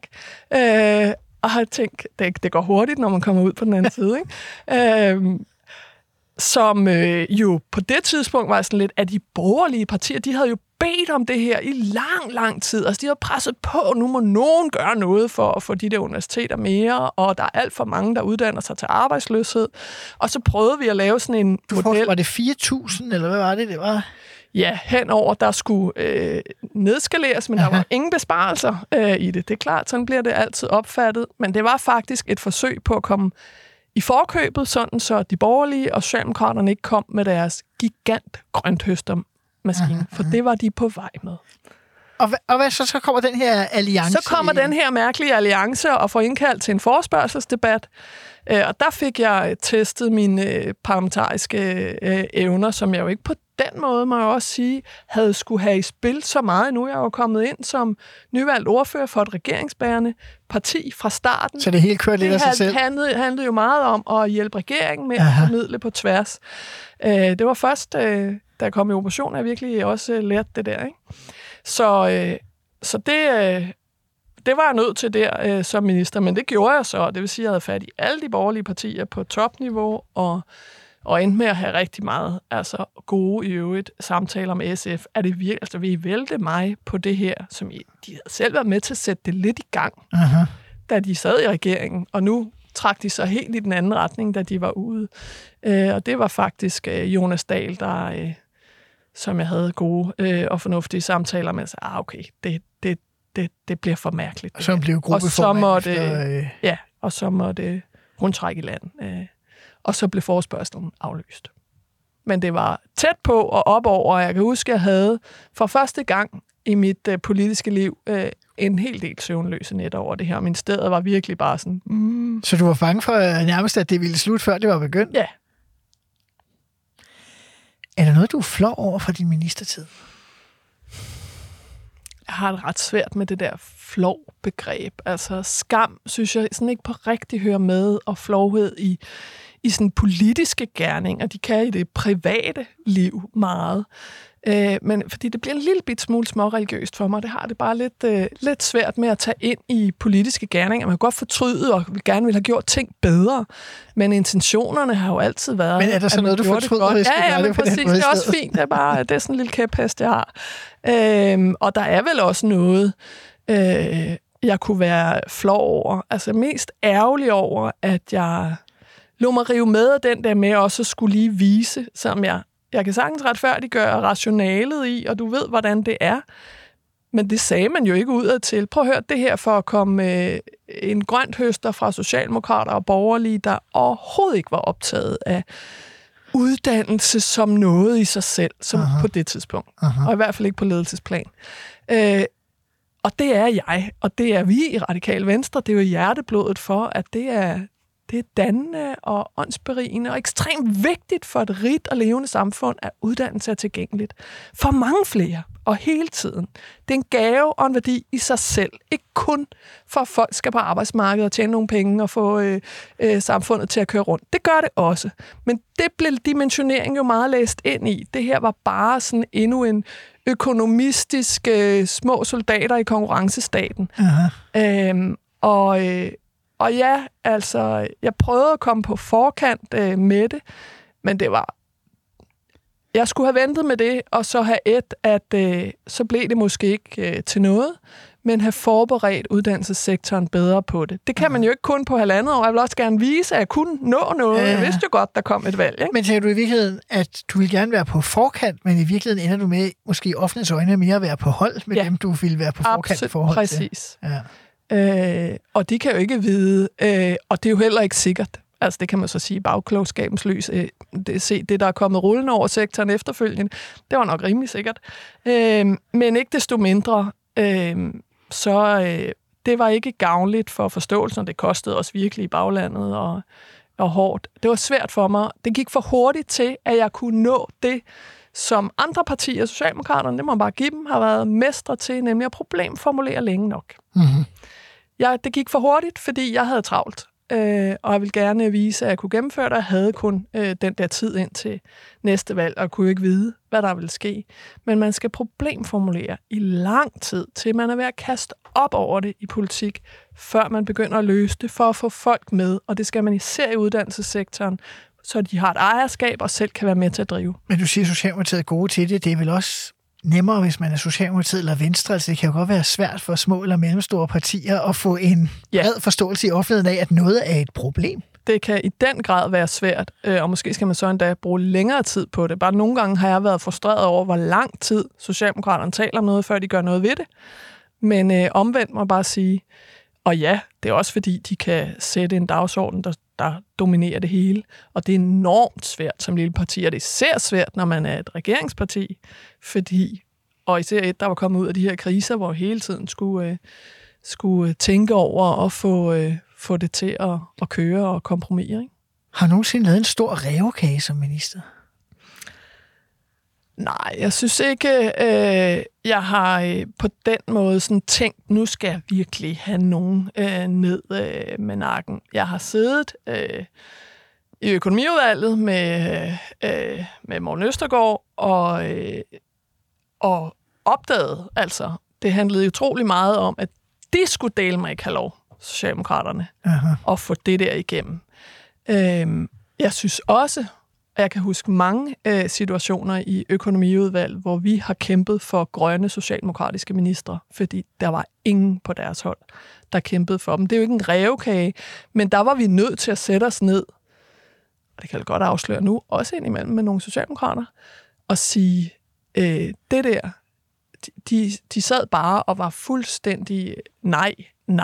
Og har tænkt, det går hurtigt, når man kommer ud på den anden side, ikke? Som jo på det tidspunkt var sådan lidt, at de borgerlige partier, de havde jo bedt om det her i lang tid. Altså, de havde presset på, nu må nogen gøre noget for at få de der universiteter mere, og der er alt for mange, der uddanner sig til arbejdsløshed. Og så prøvede vi at lave sådan en model. Var det 4.000, eller hvad var det var? Ja, henover, der skulle nedskaleres, men der var ingen besparelser i det. Det er klart, sådan bliver det altid opfattet. Men det var faktisk et forsøg på at komme i forkøbet, sådan så de borgerlige og socialdemokraterne ikke kom med deres gigant grønthøstermaskine, for det var de på vej med. Og hvad så kommer den her alliance? Så kommer den her mærkelige alliance og får indkaldt til en forespørgselsdebat, og der fik jeg testet mine parlamentariske evner, som jeg jo ikke på den måde, må jeg også sige, havde skulle have i spil så meget. Nu er jeg jo kommet ind som nyvalgt ordfører for et regeringsbærende parti fra starten. Så det hele kører lidt af sig selv? Det handlede jo meget om at hjælpe regeringen med at formidle på tværs. Det var først, da jeg kom i operation, at jeg virkelig også lærte det der, ikke? Så det var jeg nødt til der som minister, men det gjorde jeg så. Det vil sige, at jeg havde fat i alle de borgerlige partier på topniveau, og endte med at have rigtig meget gode i øvrigt samtaler med SF. Er det virkelig, vil I vælte mig på det her, som de havde selv været med til at sætte det lidt i gang, da de sad i regeringen, og nu trak de sig helt i den anden retning, da de var ude. Og det var faktisk Jonas Dahl, der... som jeg havde gode og fornuftige samtaler med, så okay, det bliver for mærkeligt. Og så blev gruppeformand. Og så måtte hun trække i land. Og så blev forespørgslen aflyst. Men det var tæt på og op over, og jeg kan huske, at jeg havde for første gang i mit politiske liv en hel del søvnløse nætter over det her. Min sted var virkelig bare sådan... Så du var bange for nærmest, at det ville slutte, før det var begyndt? Ja. Er der noget, du er flov over fra din ministertid? Jeg har det ret svært med det der flov-begreb. Altså skam, synes jeg sådan ikke på rigtig hører med, og flovhed i sådan politiske gerninger. De kan i det private liv meget. Men fordi det bliver en lille bit smule småreligiøst for mig, det har det bare lidt svært med at tage ind i politiske gerninger. Man kan godt fortryde og gerne vil have gjort ting bedre, men intentionerne har jo altid været... Men er der så noget, du fortryder? Ja, men præcis. Det er også fint. Det er sådan en lille kæphest, jeg har. Og der er vel også noget, jeg kunne være flov over. Altså mest ærgerlig over, at jeg lå mig rive med af den der med også skulle lige vise, som jeg kan sagtens retfærdiggøre rationalet i, og du ved, hvordan det er. Men det sagde man jo ikke udad til. Prøv at høre det her for at komme en grønthøster fra socialdemokrater og borgerlige, der overhovedet ikke var optaget af uddannelse som noget i sig selv, som på det tidspunkt. Og i hvert fald ikke på ledelsesplan. Og det er jeg, og det er vi i Radikale Venstre. Det er jo hjerteblodet for, at det er dannende og åndsberigende og ekstremt vigtigt for et rigt og levende samfund, at uddannelse er tilgængeligt for mange flere og hele tiden. Det er en gave og en værdi i sig selv. Ikke kun for, at folk skal på arbejdsmarkedet og tjene nogle penge og få samfundet til at køre rundt. Det gør det også. Men det blev dimensionering jo meget læst ind i. Det her var bare sådan endnu en økonomistisk små soldater i konkurrencestaten. Og ja, altså, jeg prøvede at komme på forkant med det, men det var... Jeg skulle have ventet med det, og så have at så blev det måske ikke til noget. men have forberedt uddannelsessektoren bedre på det. Det kan man jo ikke kun på 1,5 år. Jeg vil også gerne vise, at jeg kunne nå noget. Jeg vidste jo godt, der kom et valg. Ikke? Men tænker du i virkeligheden, at du vil gerne være på forkant, men i virkeligheden ender du med, måske i offentlighedens øjne, mere at være på hold med dem, du vil være på forkant i forhold præcis. til? Ja. Og de kan jo ikke vide, og det er jo heller ikke sikkert. Altså det kan man så sige, bagklogskabens lys. Det, der er kommet rullende over sektoren efterfølgende, det var nok rimelig sikkert. Men ikke desto mindre, det var ikke gavnligt for forståelsen, det kostede os virkelig i baglandet og hårdt. Det var svært for mig. Det gik for hurtigt til, at jeg kunne nå det, som andre partier, Socialdemokraterne, det må man bare give dem, har været mestre til, nemlig at problemformulere længe nok. Mm-hmm. Det gik for hurtigt, fordi jeg havde travlt. Og jeg ville gerne vise, at jeg kunne gennemføre det. Jeg havde kun den der tid ind til næste valg, og kunne ikke vide, hvad der ville ske. Men man skal problemformulere i lang tid, til man er ved at kaste op over det i politik, før man begynder at løse det, for at få folk med. Og det skal man især i uddannelsessektoren, så de har et ejerskab og selv kan være med til at drive. Men du siger, at Socialdemokratiet er gode til det. Det er vel også nemmere, hvis man er Socialdemokratiet eller Venstre. Altså det kan jo godt være svært for små eller mellemstore partier at få en bred forståelse i offentligheden af, at noget er et problem. Det kan i den grad være svært, og måske skal man så endda bruge længere tid på det. Bare nogle gange har jeg været frustreret over, hvor lang tid Socialdemokraterne taler om noget, før de gør noget ved det. Men omvendt må jeg bare sige, og ja, det er også fordi, de kan sætte en dagsorden, der dominerer det hele. Og det er enormt svært som lille parti, og det er især svært, når man er et regeringsparti, fordi, og især et, der var kommet ud af de her kriser, hvor hele tiden skulle tænke over og få det til at køre og kompromis. Ikke? Har du nogensinde lavet en stor rævekage som minister? Nej, jeg synes ikke, jeg har på den måde sådan tænkt, nu skal jeg virkelig have nogen ned med nakken. Jeg har siddet i økonomiudvalget med Morten Østergaard og opdaget, altså, det handlede utrolig meget om, at de skulle dele mig ikke have lov, Socialdemokraterne, og få det der igennem. Jeg synes også, og jeg kan huske mange situationer i økonomiudvalg, hvor vi har kæmpet for grønne socialdemokratiske ministre, fordi der var ingen på deres hold, der kæmpede for dem. Det er jo ikke en rævekage, men der var vi nødt til at sætte os ned, og det kan jeg godt afsløre nu, også indimellem med nogle socialdemokrater, og sige, det der, de sad bare og var fuldstændig nej,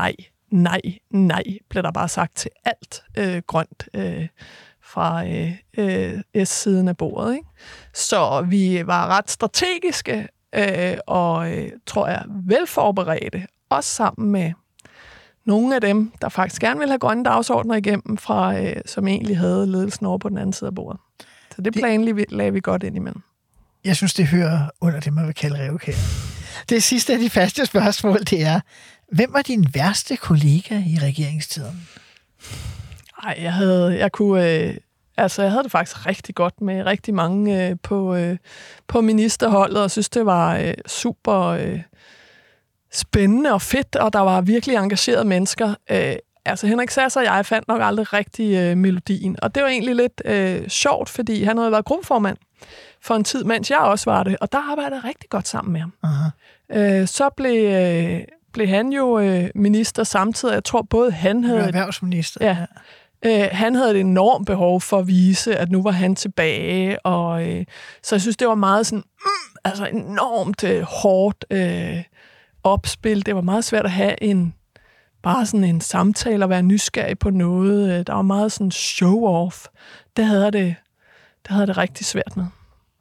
blev der bare sagt til alt grønt fra S-siden af bordet. Ikke? Så vi var ret strategiske og, tror jeg, velforberedte, også sammen med nogle af dem, der faktisk gerne ville have grønne dagsordner igennem, som egentlig havde ledelsen over på den anden side af bordet. Så det lagde vi godt ind imellem. Jeg synes, det hører under det, man vil kalde rævekage. Det sidste af de faste spørgsmål, det er, hvem var din værste kollega i regeringstiden? Nej, jeg havde det faktisk rigtig godt med rigtig mange på ministerholdet, og synes, det var super spændende og fedt, og der var virkelig engagerede mennesker. Henrik Sass og jeg fandt nok aldrig rigtig melodien, og det var egentlig lidt sjovt, fordi han havde været gruppeformand for en tid, mens jeg også var det, og der arbejdede jeg rigtig godt sammen med ham. Så blev han jo minister samtidig. Jeg tror både han havde... Erhvervsminister. Ja. Han havde et enormt behov for at vise, at nu var han tilbage, og så jeg synes, det var meget sådan, enormt hårdt opspil. Det var meget svært at have bare sådan en samtale og være nysgerrig på noget. Der var meget sådan show-off. Det havde det rigtig svært med.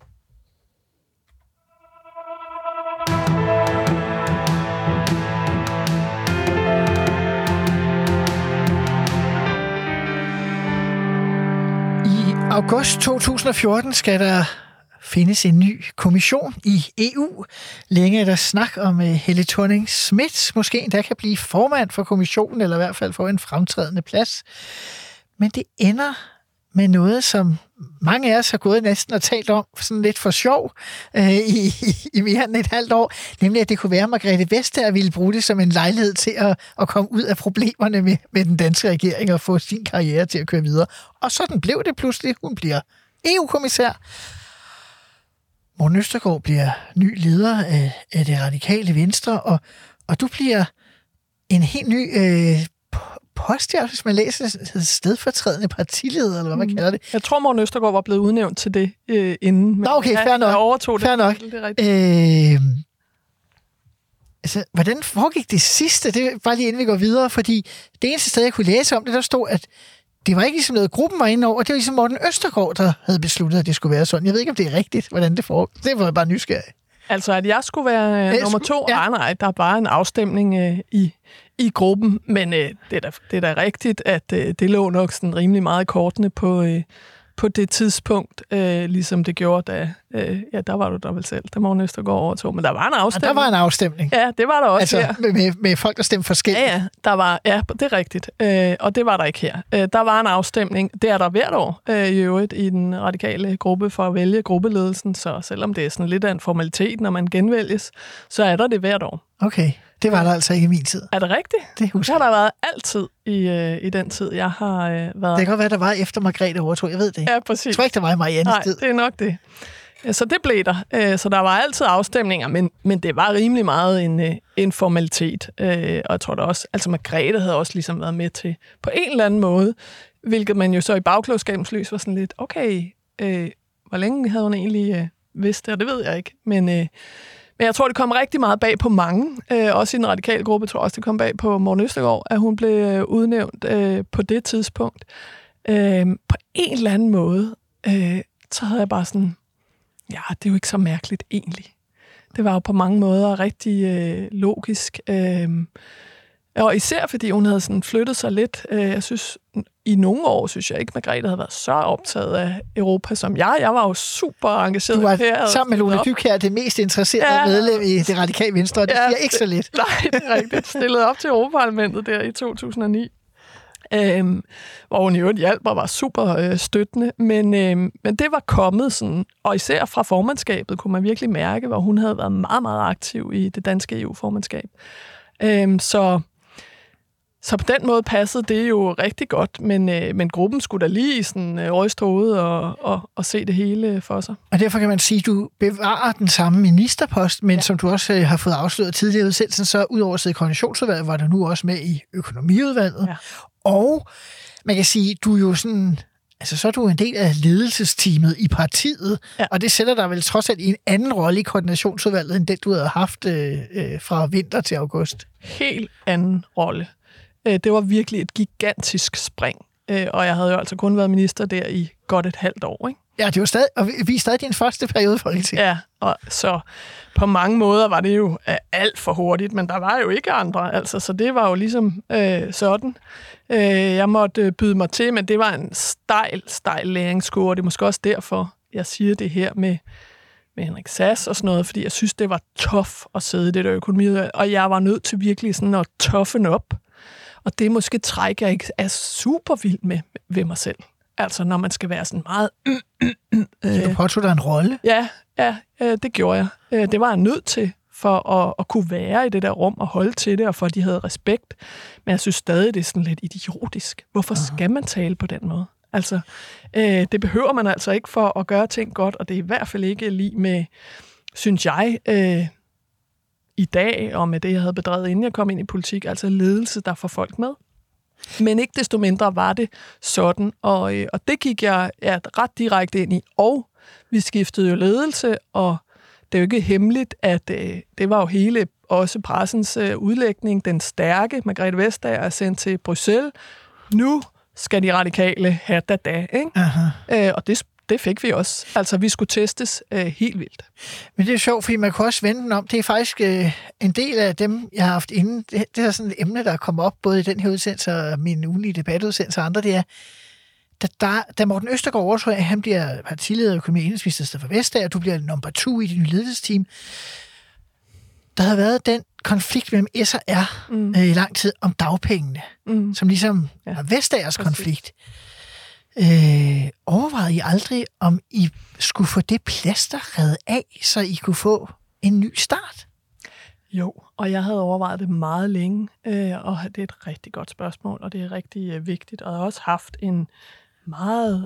August 2014 skal der findes en ny kommission i EU. Længe er der snak om Helle Thorning-Schmidt måske endda kan blive formand for kommissionen, eller i hvert fald få en fremtrædende plads. Men det ender med noget, som mange af os har gået næsten og talt om sådan lidt for sjov i mere end et halvt år, nemlig at det kunne være, at Margrethe Vestager ville bruge det som en lejlighed til at komme ud af problemerne med den danske regering og få sin karriere til at køre videre. Og sådan blev det pludselig. Hun bliver EU-kommissær. Morten Østergaard bliver ny leder af det radikale Venstre, og du bliver en helt ny post, hvis man læser stedfortrædende partileder, eller hvad man kalder det. Jeg tror, Morten Østergaard var blevet udnævnt til det inden. Nå, okay, fair nok. Jeg overtog fair det. Nok. Det er rigtigt. Altså, hvordan foregik det sidste? Det er bare lige inden vi går videre, fordi det eneste sted, jeg kunne læse om det, der stod, at det var ikke ligesom noget, gruppen var inde over. Det var ligesom Morten Østergaard, der havde besluttet, at det skulle være sådan. Jeg ved ikke, om det er rigtigt, hvordan det foregik. Det var jeg bare nysgerrig. Altså, at jeg skulle være nummer 2? Ja. Nej, der er bare en afstemning i gruppen. Men det er da rigtigt, at det lå nok sådan rimelig meget i kortene på det tidspunkt, ligesom det gjorde, da der var du der vel selv, da Morten Østergaard overtog. Men der var en afstemning. Og der var en afstemning. Ja, det var der også her. Med folk, der stemte forskelligt. Ja, det er rigtigt. Og det var der ikke her. Der var en afstemning. Det er der hvert år i øvrigt i den radikale gruppe for at vælge gruppeledelsen. Så selvom det er sådan lidt af en formalitet, når man genvælges, så er der det hvert år. Okay. Det var der altså ikke i min tid. Er det rigtigt? Det har der været altid i den tid, jeg har været. Det kan godt være, der var efter Margrethe overtog. Jeg ved det. Ja, præcis. Jeg tror ikke, der var i Mariannes tid. Nej, det er nok det. Så det blev der. Så der var altid afstemninger, men det var rimelig meget en formalitet. Og jeg tror da også, altså Margrethe havde også ligesom været med til på en eller anden måde, hvilket man jo så i bagklogskabens lys var sådan lidt, okay, hvor længe havde hun egentlig vidst det, og det ved jeg ikke. Men jeg tror, det kom rigtig meget bag på mange. Også i den radikale gruppe tror jeg også, det kom bag på Morten Østergaard, at hun blev udnævnt på det tidspunkt. På en eller anden måde, så havde jeg bare sådan, ja, det er jo ikke så mærkeligt egentlig. Det var jo på mange måder rigtig logisk. Og især fordi hun havde sådan flyttet sig lidt. Jeg synes, i nogle år, synes jeg ikke, Margrethe havde været så optaget af Europa som jeg. Jeg var jo super engageret. Du var sammen med Lone Dybkjær det mest interesserede medlem i det radikale venstre, og det siger ikke så lidt. Nej, det er rigtigt. Stillede op til Europaparlamentet der i 2009. Hvor hun i øvrigt hjalp og var super støttende. Men det var kommet sådan, og især fra formandskabet kunne man virkelig mærke, hvor hun havde været meget, meget aktiv i det danske EU-formandskab. Så på den måde passede det jo rigtig godt, men gruppen skulle da lige sådan ryste hovedet og se det hele for sig. Og derfor kan man sige, at du bevarer den samme ministerpost, men som du også har fået afsløret tidligere i udsendelsen, så udover at sidde i koordinationsudvalget, var du nu også med i økonomiudvalget. Ja. Og man kan sige, du er jo sådan, altså så er du en del af ledelsesteamet i partiet, og det sætter dig vel trods alt i en anden rolle i koordinationsudvalget, end den du havde haft fra vinter til august. Helt anden rolle. Det var virkelig et gigantisk spring, og jeg havde jo altså kun været minister der i godt et halvt år, ikke? Ja, det var stadig, og vi er stadig din første periode i Folketinget. Ja, og så på mange måder var det jo alt for hurtigt, men der var jo ikke andre, altså, så det var jo ligesom sådan. Jeg måtte byde mig til, men det var en stejl læringskurve, det er måske også derfor, jeg siger det her med Henrik Sass og sådan noget, fordi jeg synes, det var tough at sidde i det der økonomiudvalg, og jeg var nødt til virkelig sådan at toughen op. Og det er måske træk, jeg ikke er super vild med ved mig selv. Altså, når man skal være sådan meget... Så du påtog dig en rolle? Ja, det gjorde jeg. Det var jeg nødt til, for at kunne være i det der rum og holde til det, og for at de havde respekt. Men jeg synes stadig, det er sådan lidt idiotisk. Hvorfor skal man tale på den måde? Altså, det behøver man altså ikke for at gøre ting godt, og det er i hvert fald ikke lige med, synes jeg... i dag, og med det, jeg havde bedrevet, inden jeg kom ind i politik, altså ledelse, der får folk med. Men ikke desto mindre var det sådan, og det gik jeg ret direkte ind i, og vi skiftede jo ledelse, og det er jo ikke hemmeligt, at det var jo hele også pressens udlægning, den stærke Margrethe Vestager er sendt til Bruxelles. Nu skal de radikale have da, ikke? Og det fik vi også. Altså, vi skulle testes helt vildt. Men det er sjovt, fordi man kan også vende den om. Det er faktisk en del af dem, jeg har haft inden. Det er sådan et emne, der kommer op, både i den her udsendelse og min ugenlige debatudsendelse og andre, det er, da Morten Østergaard overtog, at han bliver partileder og økonomi- og indenrigsminister for Vestager, og du bliver nummer 2 i det nye ledelsesteam, der havde været den konflikt mellem S og R i lang tid om dagpengene, som ligesom var Vestagers konflikt. Overvejede I aldrig, om I skulle få det plaster revet af, så I kunne få en ny start? Jo, og jeg havde overvejet det meget længe, og det er et rigtig godt spørgsmål, og det er rigtig vigtigt. Og jeg har også haft en meget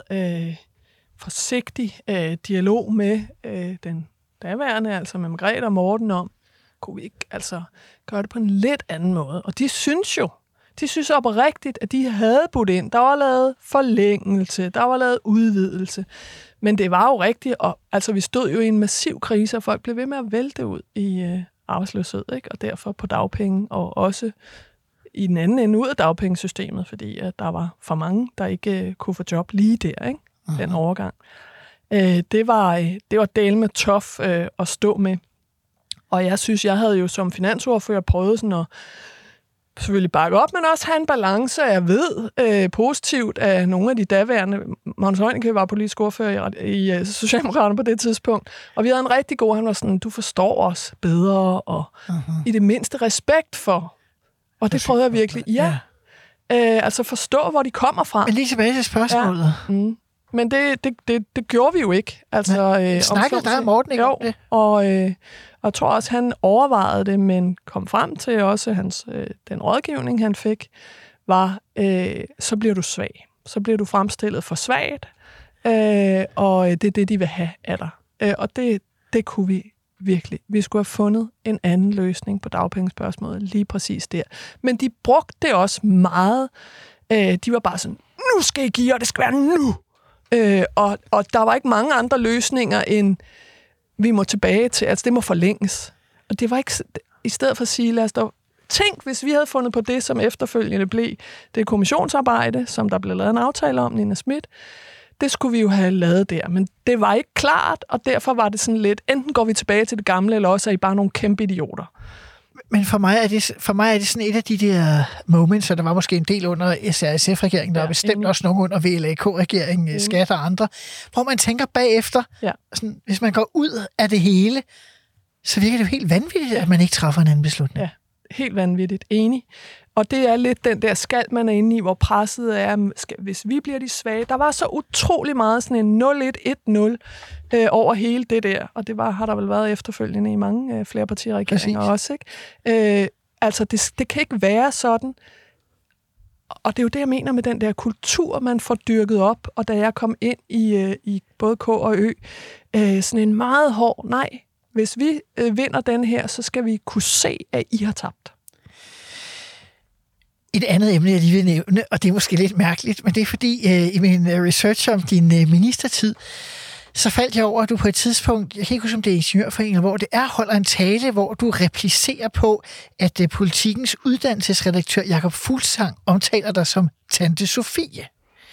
forsigtig dialog med den daværende, altså med Margrethe og Morten, om, kunne vi ikke gøre det på en lidt anden måde? Og de synes oprigtigt, at de havde budt ind. Der var lavet forlængelse, der var lavet udvidelse. Men det var jo rigtigt, og vi stod jo i en massiv krise, og folk blev ved med at vælte ud i arbejdsløshed, ikke? Og derfor på dagpenge, og også i den anden ende ud af dagpengesystemet, fordi der var for mange, der ikke kunne få job lige der, ikke? Den overgang. Det var del med tough at stå med. Og jeg synes, jeg havde jo som finansordfører prøvet sådan at selvfølgelig bakke op, men også have en balance. Jeg ved positivt, at nogle af de daværende, Magnus Heunicke var politisk ordfører i Socialdemokraterne på det tidspunkt, og vi havde en rigtig god, han var sådan, du forstår os bedre, og i det mindste respekt for. Og det prøvede jeg virkelig. Ja. Forstå, hvor de kommer fra. Men lige tilbage til spørgsmålet. Ja. Men det gjorde vi jo ikke. Snakkede dig og Morten ikke om det? Og jeg tror også, han overvejede det, men kom frem til også, den rådgivning, han fik, var, så bliver du svag. Så bliver du fremstillet for svagt, og det er det, de vil have af dig. Og det kunne vi virkelig. Vi skulle have fundet en anden løsning på dagpengespørgsmålet, lige præcis der. Men de brugte det også meget. De var bare sådan, nu skal I give, og det skal være nu! Og der var ikke mange andre løsninger, end vi må tilbage til, det må forlænges. Og det var ikke, i stedet for at sige, lad os dog tænk, hvis vi havde fundet på det, som efterfølgende blev det kommissionsarbejde, som der blev lavet en aftale om, Nina Smith, det skulle vi jo have lavet der. Men det var ikke klart, og derfor var det sådan lidt, enten går vi tilbage til det gamle, eller også er I bare nogle kæmpe idioter. Men for mig er det sådan et af de der moments, og der var måske en del under SRSF-regeringen, der var bestemt også nogen under VLAK-regeringen, skat og andre, hvor man tænker bagefter, sådan, hvis man går ud af det hele, så virker det jo helt vanvittigt, at man ikke træffer en anden beslutning. Ja, helt vanvittigt. Enig. Og det er lidt den der skal, man er inde i, hvor presset er, hvis vi bliver de svage. Der var så utrolig meget sådan en 0-1-1-0 over hele det der, og det har der vel været efterfølgende i mange flere partier og regeringer også, ikke? Det kan ikke være sådan. Og det er jo det, jeg mener med den der kultur, man får dyrket op, og da jeg kom ind i både K og Ø, sådan en meget hård, nej, hvis vi vinder den her, så skal vi kunne se, at I har tabt. Et andet emne, jeg lige vil nævne, og det er måske lidt mærkeligt, men det er fordi, i min research om din ministertid, så faldt jeg over, at du på et tidspunkt, jeg kan ikke huske, om det er Ingeniørforeningen, hvor det holder en tale, hvor du replicerer på, at Politikens uddannelsesredaktør Jakob Fuglsang omtaler dig som Tante Sofie.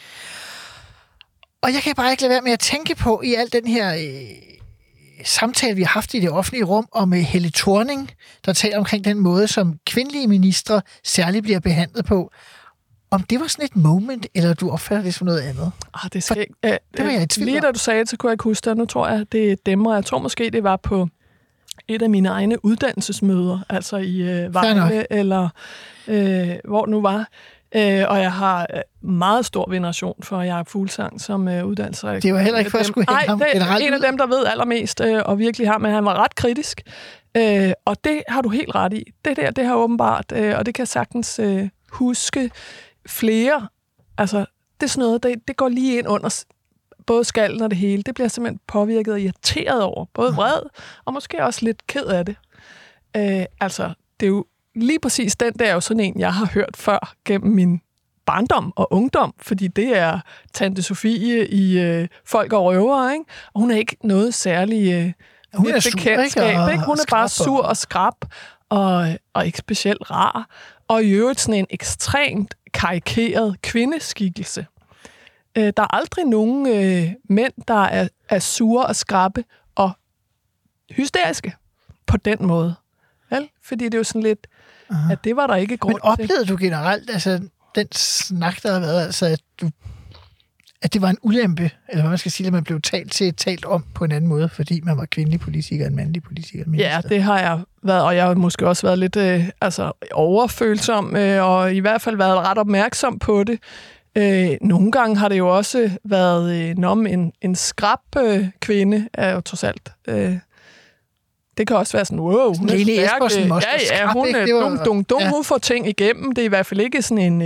Og jeg kan bare ikke lade være med at tænke på, i al den her samtale, vi har haft i det offentlige rum om Helle Thorning, der taler omkring den måde, som kvindelige ministre særligt bliver behandlet på. Om det var sådan et moment, eller du opfatter det som noget andet? Det var jeg i tvivl. Lige da du sagde det, så kunne jeg ikke huske det. Nu tror jeg, det dæmmer. Jeg tror måske, det var på et af mine egne uddannelsesmøder, altså i Vejle, eller hvor det nu var. Og jeg har meget stor veneration for Jakob Fuglsang som uddannelsesredaktør. Det var heller ikke for at skulle hænge ham generelt. En af dem, der ved allermest, og virkelig har, men han var ret kritisk. Og det har du helt ret i. Det har åbenbart, og det kan sagtens huske flere. Altså, det er sådan noget, det går lige ind under både skallen og det hele. Det bliver simpelthen påvirket og irriteret over. Både vred, og måske også lidt ked af det. Det er jo lige præcis den der er jo sådan en, jeg har hørt før gennem min barndom og ungdom, fordi det er Tante Sofie i Folk og Røvere, ikke? Og hun er ikke noget særlig hun er bekendtskab, ikke? Hun er bare sur og skrap og ikke specielt rar. Og i øvrigt sådan en ekstremt karikeret kvindeskikkelse. Der er aldrig nogen mænd, der er sure og skrappe og hysteriske på den måde. Vel? Fordi det er jo sådan lidt, at det var der ikke grund til. Men oplevede du generelt, altså den snak, der har været, altså at det var en ulempe, eller hvad man skal sige, at man blev talt om på en anden måde, fordi man var kvindelig politiker og mandlig politiker? Ja, det har jeg været, og jeg har måske også været lidt overfølsom, og i hvert fald været ret opmærksom på det. Nogle gange har det jo også været en skrap kvinde, er jo trods alt. Det kan også være sådan, wow, Lene Espersen måske hun får ting igennem. Det er i hvert fald ikke sådan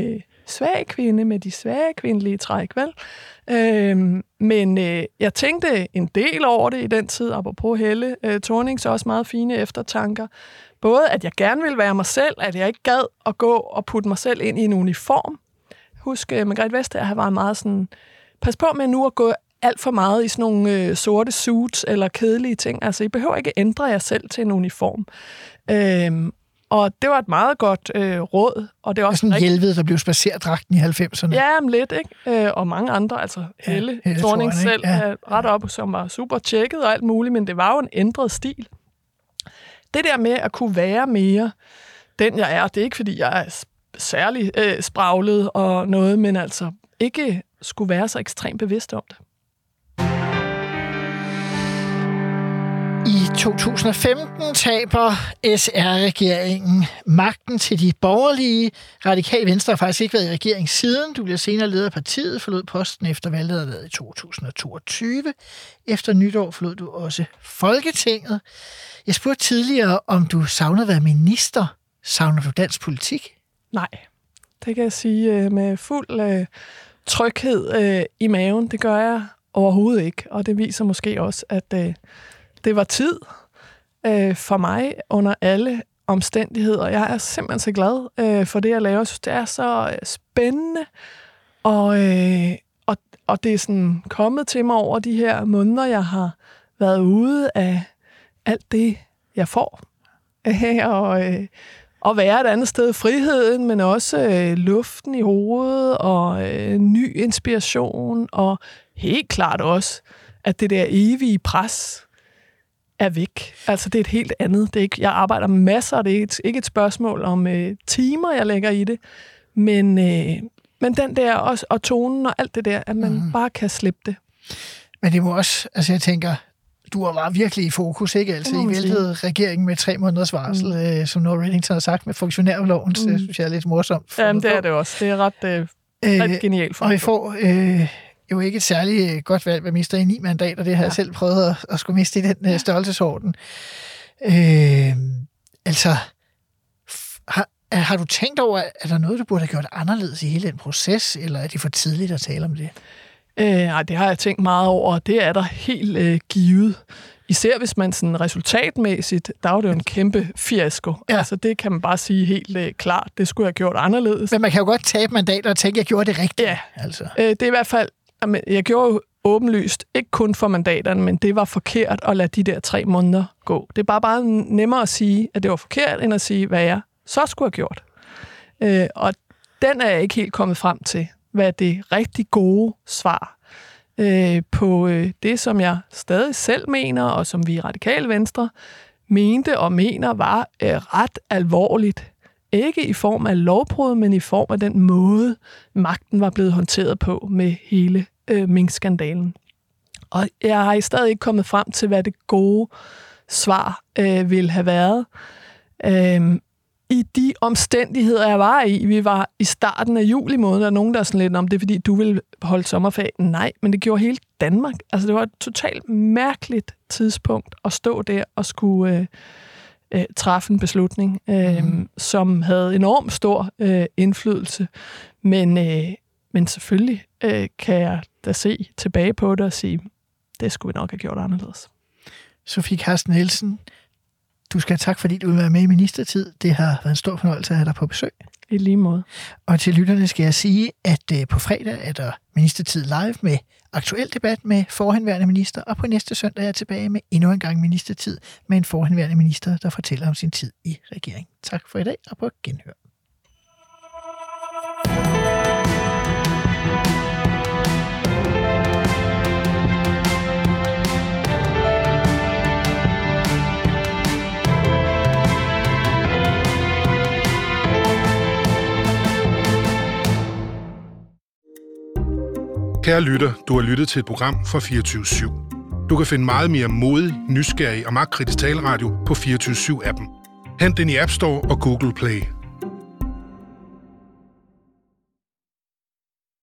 svag kvinde med de svage kvindelige træk, vel? Men jeg tænkte en del over det i den tid, apropos Helle Thornings også meget fine eftertanker. Både at jeg gerne ville være mig selv, at jeg ikke gad at gå og putte mig selv ind i en uniform. Husk, Margrethe Vestager var meget sådan, pas på med nu at gå alt for meget i sådan nogle sorte suits eller kedelige ting. Altså, I behøver ikke ændre jer selv til en uniform. Og det var et meget godt råd. Og det er også sådan Hjelved, der blev spacerdragten i 90'erne. Ja, lidt, ikke? Og mange andre, altså Helle Thorning selv, ret op, som var super tjekket og alt muligt, men det var jo en ændret stil. Det der med at kunne være mere den, jeg er, det er ikke, fordi jeg er særlig spraglet og noget, men altså ikke skulle være så ekstremt bevidst om det. I 2015 taber SR-regeringen magten til de borgerlige. Radikale Venstre har faktisk ikke været i regering siden. Du bliver senere leder af partiet, forlod posten efter valget i 2022. Efter nytår forlod du også Folketinget. Jeg spurgte tidligere, om du savner at være minister. Savner du dansk politik? Nej, det kan jeg sige med fuld tryghed i maven. Det gør jeg overhovedet ikke, og det viser måske også, at det var tid for mig under alle omstændigheder. Jeg er simpelthen så glad for det, jeg laver. Jeg synes, det er så spændende, og det er sådan kommet til mig over de her måneder, jeg har været ude af alt det, jeg får. Og være et andet sted, friheden, men også luften i hovedet og ny inspiration, og helt klart også, at det der evige pres er væk. Altså, det er et helt andet. Det er ikke, jeg arbejder masser, og det er ikke et spørgsmål om timer, jeg lægger i det, men den der også, og tonen og alt det der, at man bare kan slippe det. Men det må også, altså jeg tænker, du var virkelig i fokus, ikke? Altså, I væltede regeringen med 3 måneders varsel, som Nora Reddington har sagt med funktionærloven, så det synes jeg er lidt morsomt. Jamen, det er det også. Det er ret genialt for og vi får jo ikke et særligt godt valg med mister i 9 mandater. Det har jeg selv prøvet at skulle miste i den størrelsesorden. Altså, har du tænkt over, er der noget, du burde have gjort anderledes i hele den proces, eller er det for tidligt at tale om det? Nej, det har jeg tænkt meget over, og det er der helt givet. Især hvis man sådan resultatmæssigt, der er det jo en kæmpe fiasko. Ja. Altså det kan man bare sige helt klart, det skulle jeg have gjort anderledes. Men man kan jo godt tabe mandater og tænke, at jeg gjorde det rigtigt. Ja, altså. Det er i hvert fald, jeg gjorde jo åbenlyst, ikke kun for mandaterne, men det var forkert at lade de der 3 måneder gå. Det er bare nemmere at sige, at det var forkert, end at sige, hvad jeg så skulle have gjort. Og den er jeg ikke helt kommet frem til, hvad det rigtig gode svar på det, som jeg stadig selv mener, og som vi i Radikale Venstre mente og mener var ret alvorligt. Ikke i form af lovbrud, men i form af den måde, magten var blevet håndteret på med hele minkskandalen. Og jeg har stadig ikke kommet frem til, hvad det gode svar ville have været. I de omstændigheder, jeg var i, vi var i starten af juli måned, der er nogen, der er sådan lidt om det, fordi du ville holde sommerferie. Nej, men det gjorde hele Danmark. Altså, det var et totalt mærkeligt tidspunkt at stå der og skulle træffe en beslutning, som havde enormt stor indflydelse. Men selvfølgelig kan jeg da se tilbage på det og sige, det skulle vi nok have gjort anderledes. Sofie Carsten Nielsen, du skal have tak, fordi du vil være med i ministertid. Det har været en stor fornøjelse at have dig på besøg. I lige måde. Og til lytterne skal jeg sige, at på fredag er der ministertid live med aktuel debat med forhenværende minister, og på næste søndag er jeg tilbage med endnu en gang ministertid med en forhenværende minister, der fortæller om sin tid i regeringen. Tak for i dag, og på genhør. Kære lytter, du har lyttet til et program fra 24/7. Du kan finde meget mere modig, nysgerrig og magtkritisk taleradio på 24/7-appen. Hent den i App Store og Google Play.